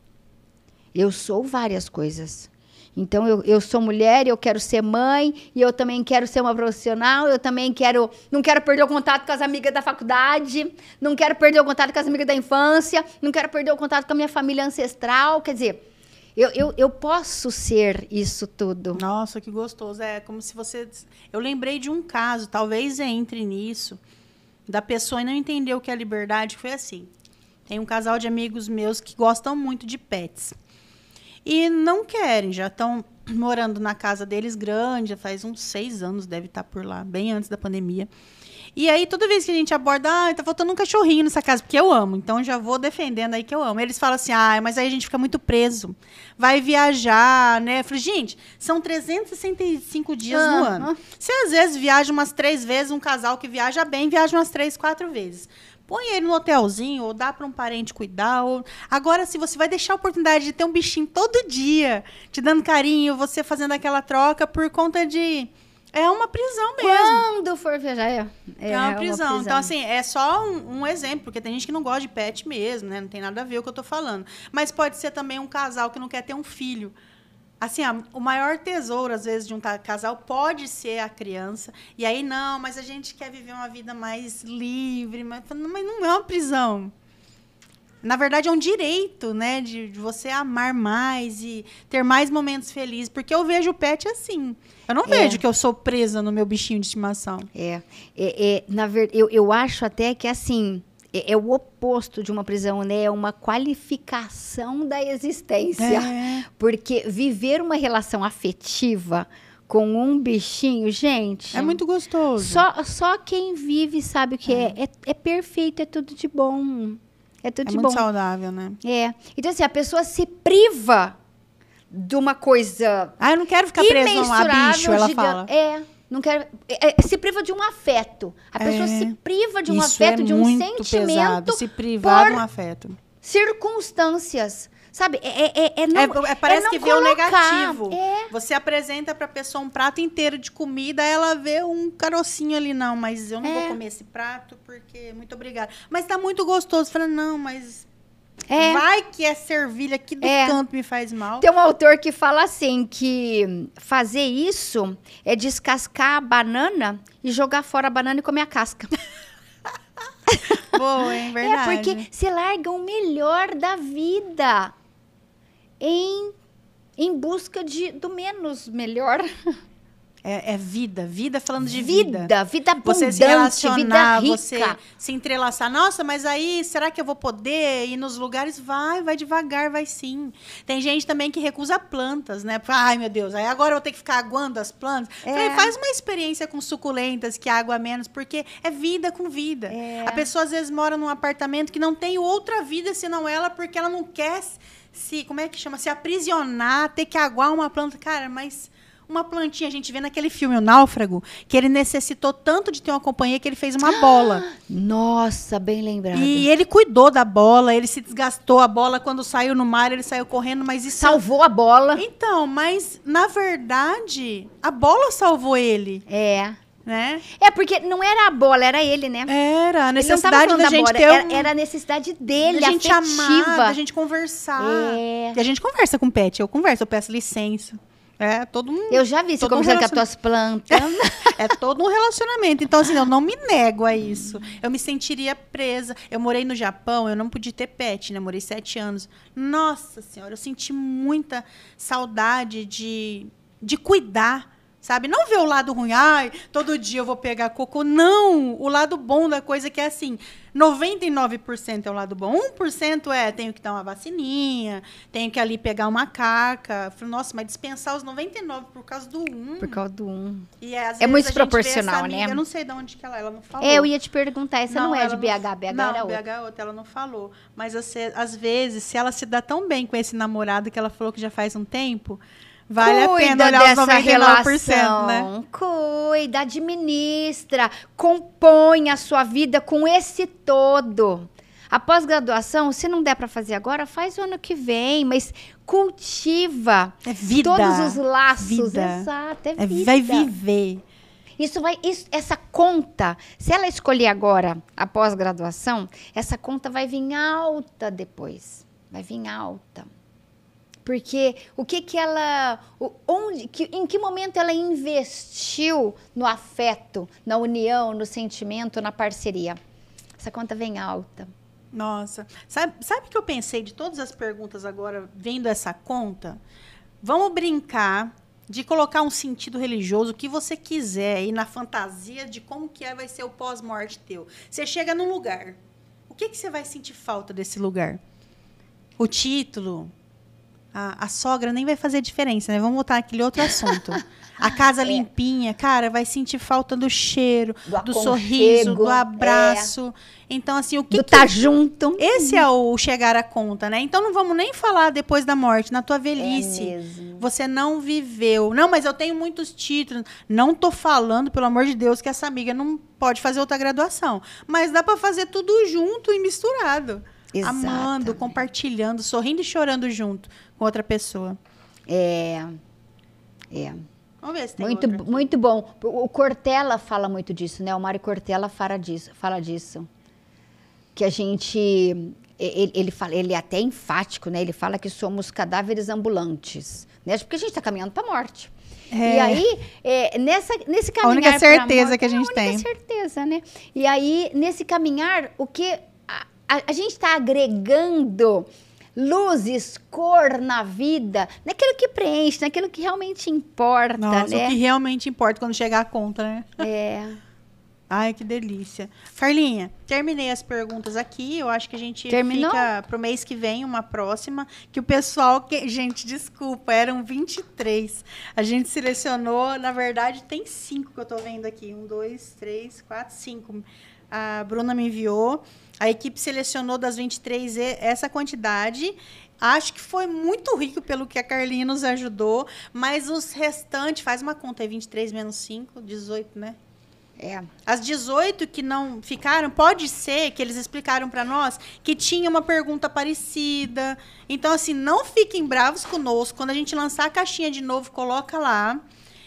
Eu sou várias coisas. Então, eu, eu sou mulher, eu quero ser mãe, e eu também quero ser uma profissional, eu também quero... Não quero perder o contato com as amigas da faculdade, não quero perder o contato com as amigas da infância, não quero perder o contato com a minha família ancestral. Quer dizer, eu, eu, eu posso ser isso tudo. Nossa, que gostoso. É como se você... Eu lembrei de um caso, talvez entre nisso, da pessoa e não entender o que é liberdade, que foi assim. Tem um casal de amigos meus que gostam muito de pets. E não querem, já estão morando na casa deles grande, já faz uns seis anos, deve estar por lá, bem antes da pandemia. E aí, toda vez que a gente aborda, ah, tá faltando um cachorrinho nessa casa, porque eu amo, então já vou defendendo aí que eu amo. Eles falam assim, ah, mas aí a gente fica muito preso, vai viajar, né? Eu falei, gente, são trezentos e sessenta e cinco dias ah, no ano. Ah. Você às vezes viaja umas três vezes, um casal que viaja bem, viaja umas três, quatro vezes. Põe ele no hotelzinho, ou dá para um parente cuidar. Ou... Agora, se você vai deixar a oportunidade de ter um bichinho todo dia, te dando carinho, você fazendo aquela troca por conta de... É uma prisão mesmo. Quando for viajar, é. É, é uma, prisão. uma prisão. Então, assim, é só um, um exemplo, porque tem gente que não gosta de pet mesmo, né? Não tem nada a ver com o que eu tô falando. Mas pode ser também um casal que não quer ter um filho. Assim, a, o maior tesouro, às vezes, de um casal pode ser a criança. E aí, não, mas a gente quer viver uma vida mais livre. Mas, mas não é uma prisão. Na verdade, é um direito, né? De, de você amar mais e ter mais momentos felizes. Porque eu vejo o pet assim. Eu não é. vejo que eu sou presa no meu bichinho de estimação. É. é, é na verdade, eu, eu acho até que, assim, é, é o oposto de uma prisão, né? É uma qualificação da existência. É. Porque viver uma relação afetiva com um bichinho, gente... É muito gostoso. Só, só quem vive sabe o que é. É, é, é perfeito, é tudo de bom. É tudo é de muito bom. saudável, né? É. Então, assim, a pessoa se priva de uma coisa... Ah, eu não quero ficar presa a bicho, ela fala. É, não quero... É, é, se priva de um afeto. A pessoa é. se priva de um Isso afeto, é de um muito sentimento... Pesado, se privar de um afeto. Circunstâncias. Sabe? É, é, é, não, é, é Parece é que colocar. vê o negativo. É. Você apresenta pra pessoa um prato inteiro de comida, ela vê um carocinho ali. Não, mas eu não é. vou comer esse prato porque... Muito obrigada. Mas tá muito gostoso. Fala, não, mas... É. Vai que é servilha aqui do é. canto me faz mal. Tem um autor que fala assim, que fazer isso é descascar a banana e jogar fora a banana e comer a casca. Boa, hein? Verdade. É porque você larga o melhor da vida em, em busca de, do menos melhor. É, é vida, vida falando de vida. Vida, vida abundante, você se relacionar, vida rica. Você se entrelaçar. Nossa, mas aí, será que eu vou poder ir nos lugares? Vai, vai devagar, vai sim. Tem gente também que recusa plantas, né? Ai, meu Deus, aí agora eu vou ter que ficar aguando as plantas. É. Falei, faz uma experiência com suculentas, que água menos, porque é vida com vida. É. A pessoa, às vezes, mora num apartamento que não tem outra vida senão ela, porque ela não quer se, como é que chama? Se aprisionar, ter que aguar uma planta. Cara, mas... Uma plantinha, a gente vê naquele filme, O Náufrago, que ele necessitou tanto de ter uma companhia que ele fez uma bola. Nossa, bem lembrado. E ele cuidou da bola, ele se desgastou a bola. Quando saiu no mar, ele saiu correndo, mas isso... Salvou a bola. Então, mas, na verdade, a bola salvou ele. É. Né? É, porque não era a bola, era ele, né? Era a necessidade da gente ter um... era, era a necessidade dele, a gente afetiva. amar, da gente conversar. É. E a gente conversa com o pet, eu converso, eu peço licença. É, todo um... Eu já vi você conversando um com as tuas plantas. É todo um relacionamento. Então, assim, eu não me nego a isso. Eu me sentiria presa. Eu morei no Japão, eu não podia ter pet, né? Morei sete anos. Nossa Senhora, eu senti muita saudade de, de cuidar, sabe? Não ver o lado ruim, ai, todo dia eu vou pegar cocô. Não! O lado bom da coisa que é assim... noventa e nove por cento é o lado bom. um por cento é, tenho que dar uma vacininha, tenho que ali pegar uma caca. Falei, nossa, mas dispensar os noventa e nove por causa do um. Por causa do um. E é, às é vezes muito a gente proporcional, amiga, né? Eu não sei de onde que ela é, ela não falou. É, eu ia te perguntar, essa não, não é de B H, não, B H não, era outra. B H é outra, ela não falou. Mas assim, às vezes, se ela se dá tão bem com esse namorado que ela falou que já faz um tempo... Vale Cuida a pena olhar dessa os noventa e nove por cento, relação, né? Cuida, administra, compõe a sua vida com esse todo. A pós-graduação, se não der para fazer agora, faz o ano que vem, mas cultiva é vida, todos os laços. Vida. Exato, é é vida. Vai viver. Isso vai, isso, essa conta, se ela escolher agora a pós-graduação, essa conta vai vir alta depois. Vai vir alta. Porque o que que ela, o, onde, que, em que momento ela investiu no afeto, na união, no sentimento, na parceria? Essa conta vem alta. Nossa, sabe, sabe que eu pensei de todas as perguntas agora, vendo essa conta? Vamos brincar de colocar um sentido religioso, o que você quiser aí na fantasia de como que é, vai ser o pós-morte teu. Você chega num lugar, o que que você vai sentir falta desse lugar? O título... A, a sogra nem vai fazer diferença, né? Vamos voltar naquele outro assunto. A casa é. limpinha, cara, vai sentir falta do cheiro, do, do sorriso, do abraço. É. Então, assim, o que... Do tá junto. Esse é o chegar à conta, né? Então, não vamos nem falar depois da morte, na tua velhice. É mesmo. Você não viveu. Não, mas eu tenho muitos títulos. Não tô falando, pelo amor de Deus, que essa amiga não pode fazer outra graduação. Mas dá para fazer tudo junto e misturado. Exatamente. Amando, compartilhando, sorrindo e chorando junto com outra pessoa. É, é. Vamos ver se tem muito, outra aqui. Muito bom. O Cortella fala muito disso, né? O Mário Cortella fala disso. Fala disso. Que a gente... Ele, ele, fala, ele é até enfático, né? Ele fala que somos cadáveres ambulantes, né? Porque a gente está caminhando para a morte. É. E aí, é, nessa, nesse caminhar... A única certeza morte, que a gente é a tem. única certeza, né? E aí, nesse caminhar, o que... A, a, a gente está agregando... luzes, cor na vida, naquilo que preenche, naquilo que realmente importa, Nossa, né? o que realmente importa quando chegar a conta, né? É. Ai, que delícia. Carlinha, terminei as perguntas aqui. Eu acho que a gente Terminou? Fica pro mês que vem, uma próxima. Que o pessoal... Que, gente, desculpa, eram vinte e três. A gente selecionou, na verdade, tem cinco que eu tô vendo aqui. Um, dois, três, quatro, cinco. A Bruna me enviou. A equipe selecionou das vinte e três essa quantidade. Acho que foi muito rico pelo que a Carlinha nos ajudou. Mas os restantes... Faz uma conta aí, vinte e três menos cinco, dezoito, né? É. As dezoito que não ficaram, pode ser que eles explicaram para nós que tinha uma pergunta parecida. Então, assim, não fiquem bravos conosco. Quando a gente lançar a caixinha de novo, coloca lá.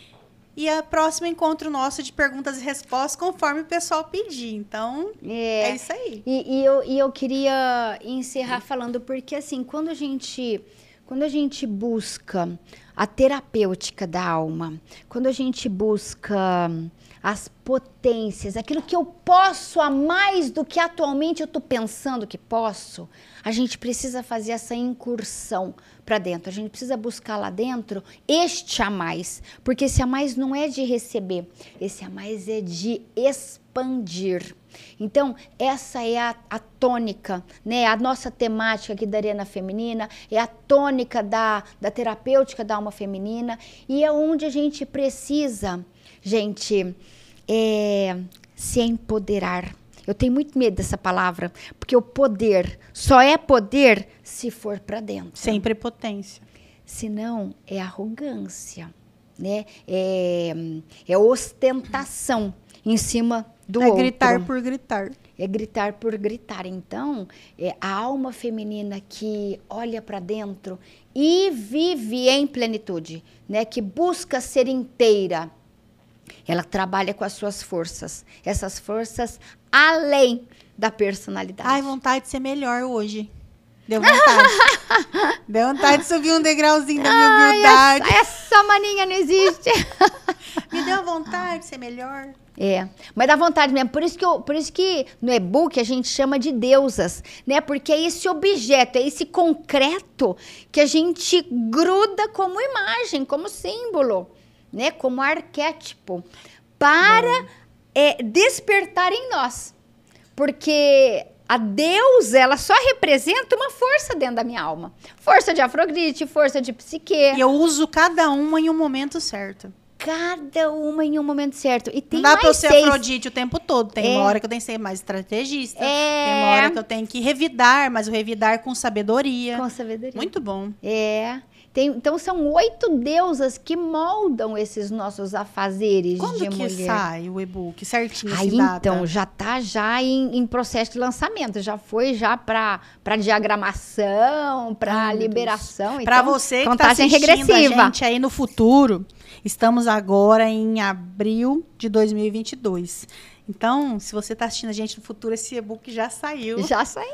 E a próxima encontro nosso de perguntas e respostas, conforme o pessoal pedir. Então, é, é isso aí. E, e, eu, e eu queria encerrar falando, porque assim, quando a gente, quando a gente busca a terapêutica da alma, quando a gente busca as potências, aquilo que eu posso a mais do que atualmente eu estou pensando que posso, a gente precisa fazer essa incursão para dentro. A gente precisa buscar lá dentro este a mais, porque esse a mais não é de receber, esse a mais é de expandir. Então, essa é a, a tônica, né? A nossa temática aqui da Arena Feminina, é a tônica da, da terapêutica da alma feminina, e é onde a gente precisa, gente, é, se empoderar. Eu tenho muito medo dessa palavra, porque o poder só é poder se for para dentro. Sem prepotência. Senão, é arrogância, né? É, é ostentação em cima do é outro. É gritar por gritar. É gritar por gritar. Então, é a alma feminina que olha para dentro e vive em plenitude, né? Que busca ser inteira. Ela trabalha com as suas forças. Essas forças além da personalidade. Ai, vontade de ser melhor hoje. Deu vontade. Deu vontade de subir um degrauzinho da minha humildade. Ai, essa, essa maninha não existe. Me deu vontade de ser melhor. É, mas dá vontade mesmo. Por isso que, eu, por isso que no e-book a gente chama de deusas, né? Porque é esse objeto, é esse concreto que a gente gruda como imagem, como símbolo, né? Como arquétipo, para é, despertar em nós. Porque a deusa, ela só representa uma força dentro da minha alma. Força de Afrodite, força de Psique. E eu uso cada uma em um momento certo. Cada uma em um momento certo. E tem não dá mais pra eu ser seis. Afrodite o tempo todo. Tem É. uma hora que eu tenho que ser mais estrategista. É. Tem uma hora que eu tenho que revidar, mas o revidar com sabedoria. Com sabedoria. Muito bom. É. Tem, então, são oito deusas que moldam esses nossos afazeres Quando de que mulher. sai o e-book certinho? Aí, assim, data? então, já está já em, em processo de lançamento. Já foi já para diagramação, para liberação. Para então, você que está contagem assistindo regressiva. a gente aí no futuro, estamos agora em abril de dois mil e vinte e dois. Então, se você está assistindo a gente no futuro, esse e-book já saiu. Já saiu.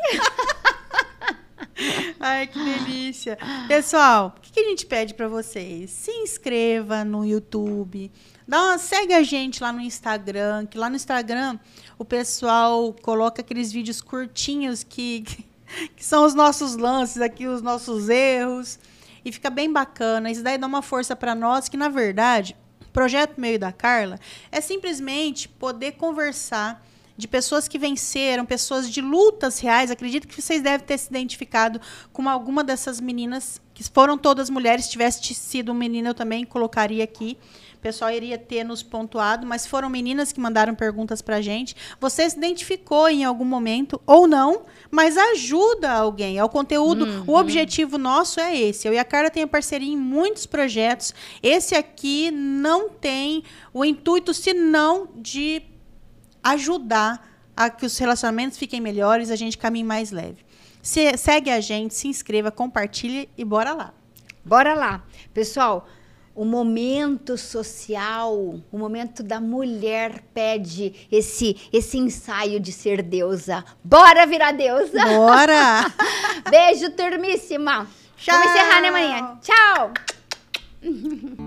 Ai, que delícia. Pessoal, o que, que a gente pede para vocês? Se inscreva no YouTube, dá uma, segue a gente lá no Instagram, que lá no Instagram o pessoal coloca aqueles vídeos curtinhos que, que, que são os nossos lances aqui, os nossos erros, e fica bem bacana. Isso daí dá uma força para nós, que na verdade, o projeto meu e da Carla é simplesmente poder conversar de pessoas que venceram, pessoas de lutas reais. Acredito que vocês devem ter se identificado com alguma dessas meninas, que foram todas mulheres. Se tivesse sido um menino, eu também colocaria aqui. O pessoal iria ter nos pontuado, mas foram meninas que mandaram perguntas pra gente. Você se identificou em algum momento, ou não, mas ajuda alguém. É o conteúdo, Uhum. o objetivo nosso é esse. Eu e a Carla tem parceria em muitos projetos. Esse aqui não tem o intuito, senão de ajudar a que os relacionamentos fiquem melhores, a gente caminhe mais leve. Se, segue a gente, se inscreva, compartilhe e bora lá. Bora lá. Pessoal, o momento social, o momento da mulher pede esse, esse ensaio de ser deusa. Bora virar deusa! Bora! Beijo, turmíssima! Tchau! Vamos encerrar, né, manhã? Tchau!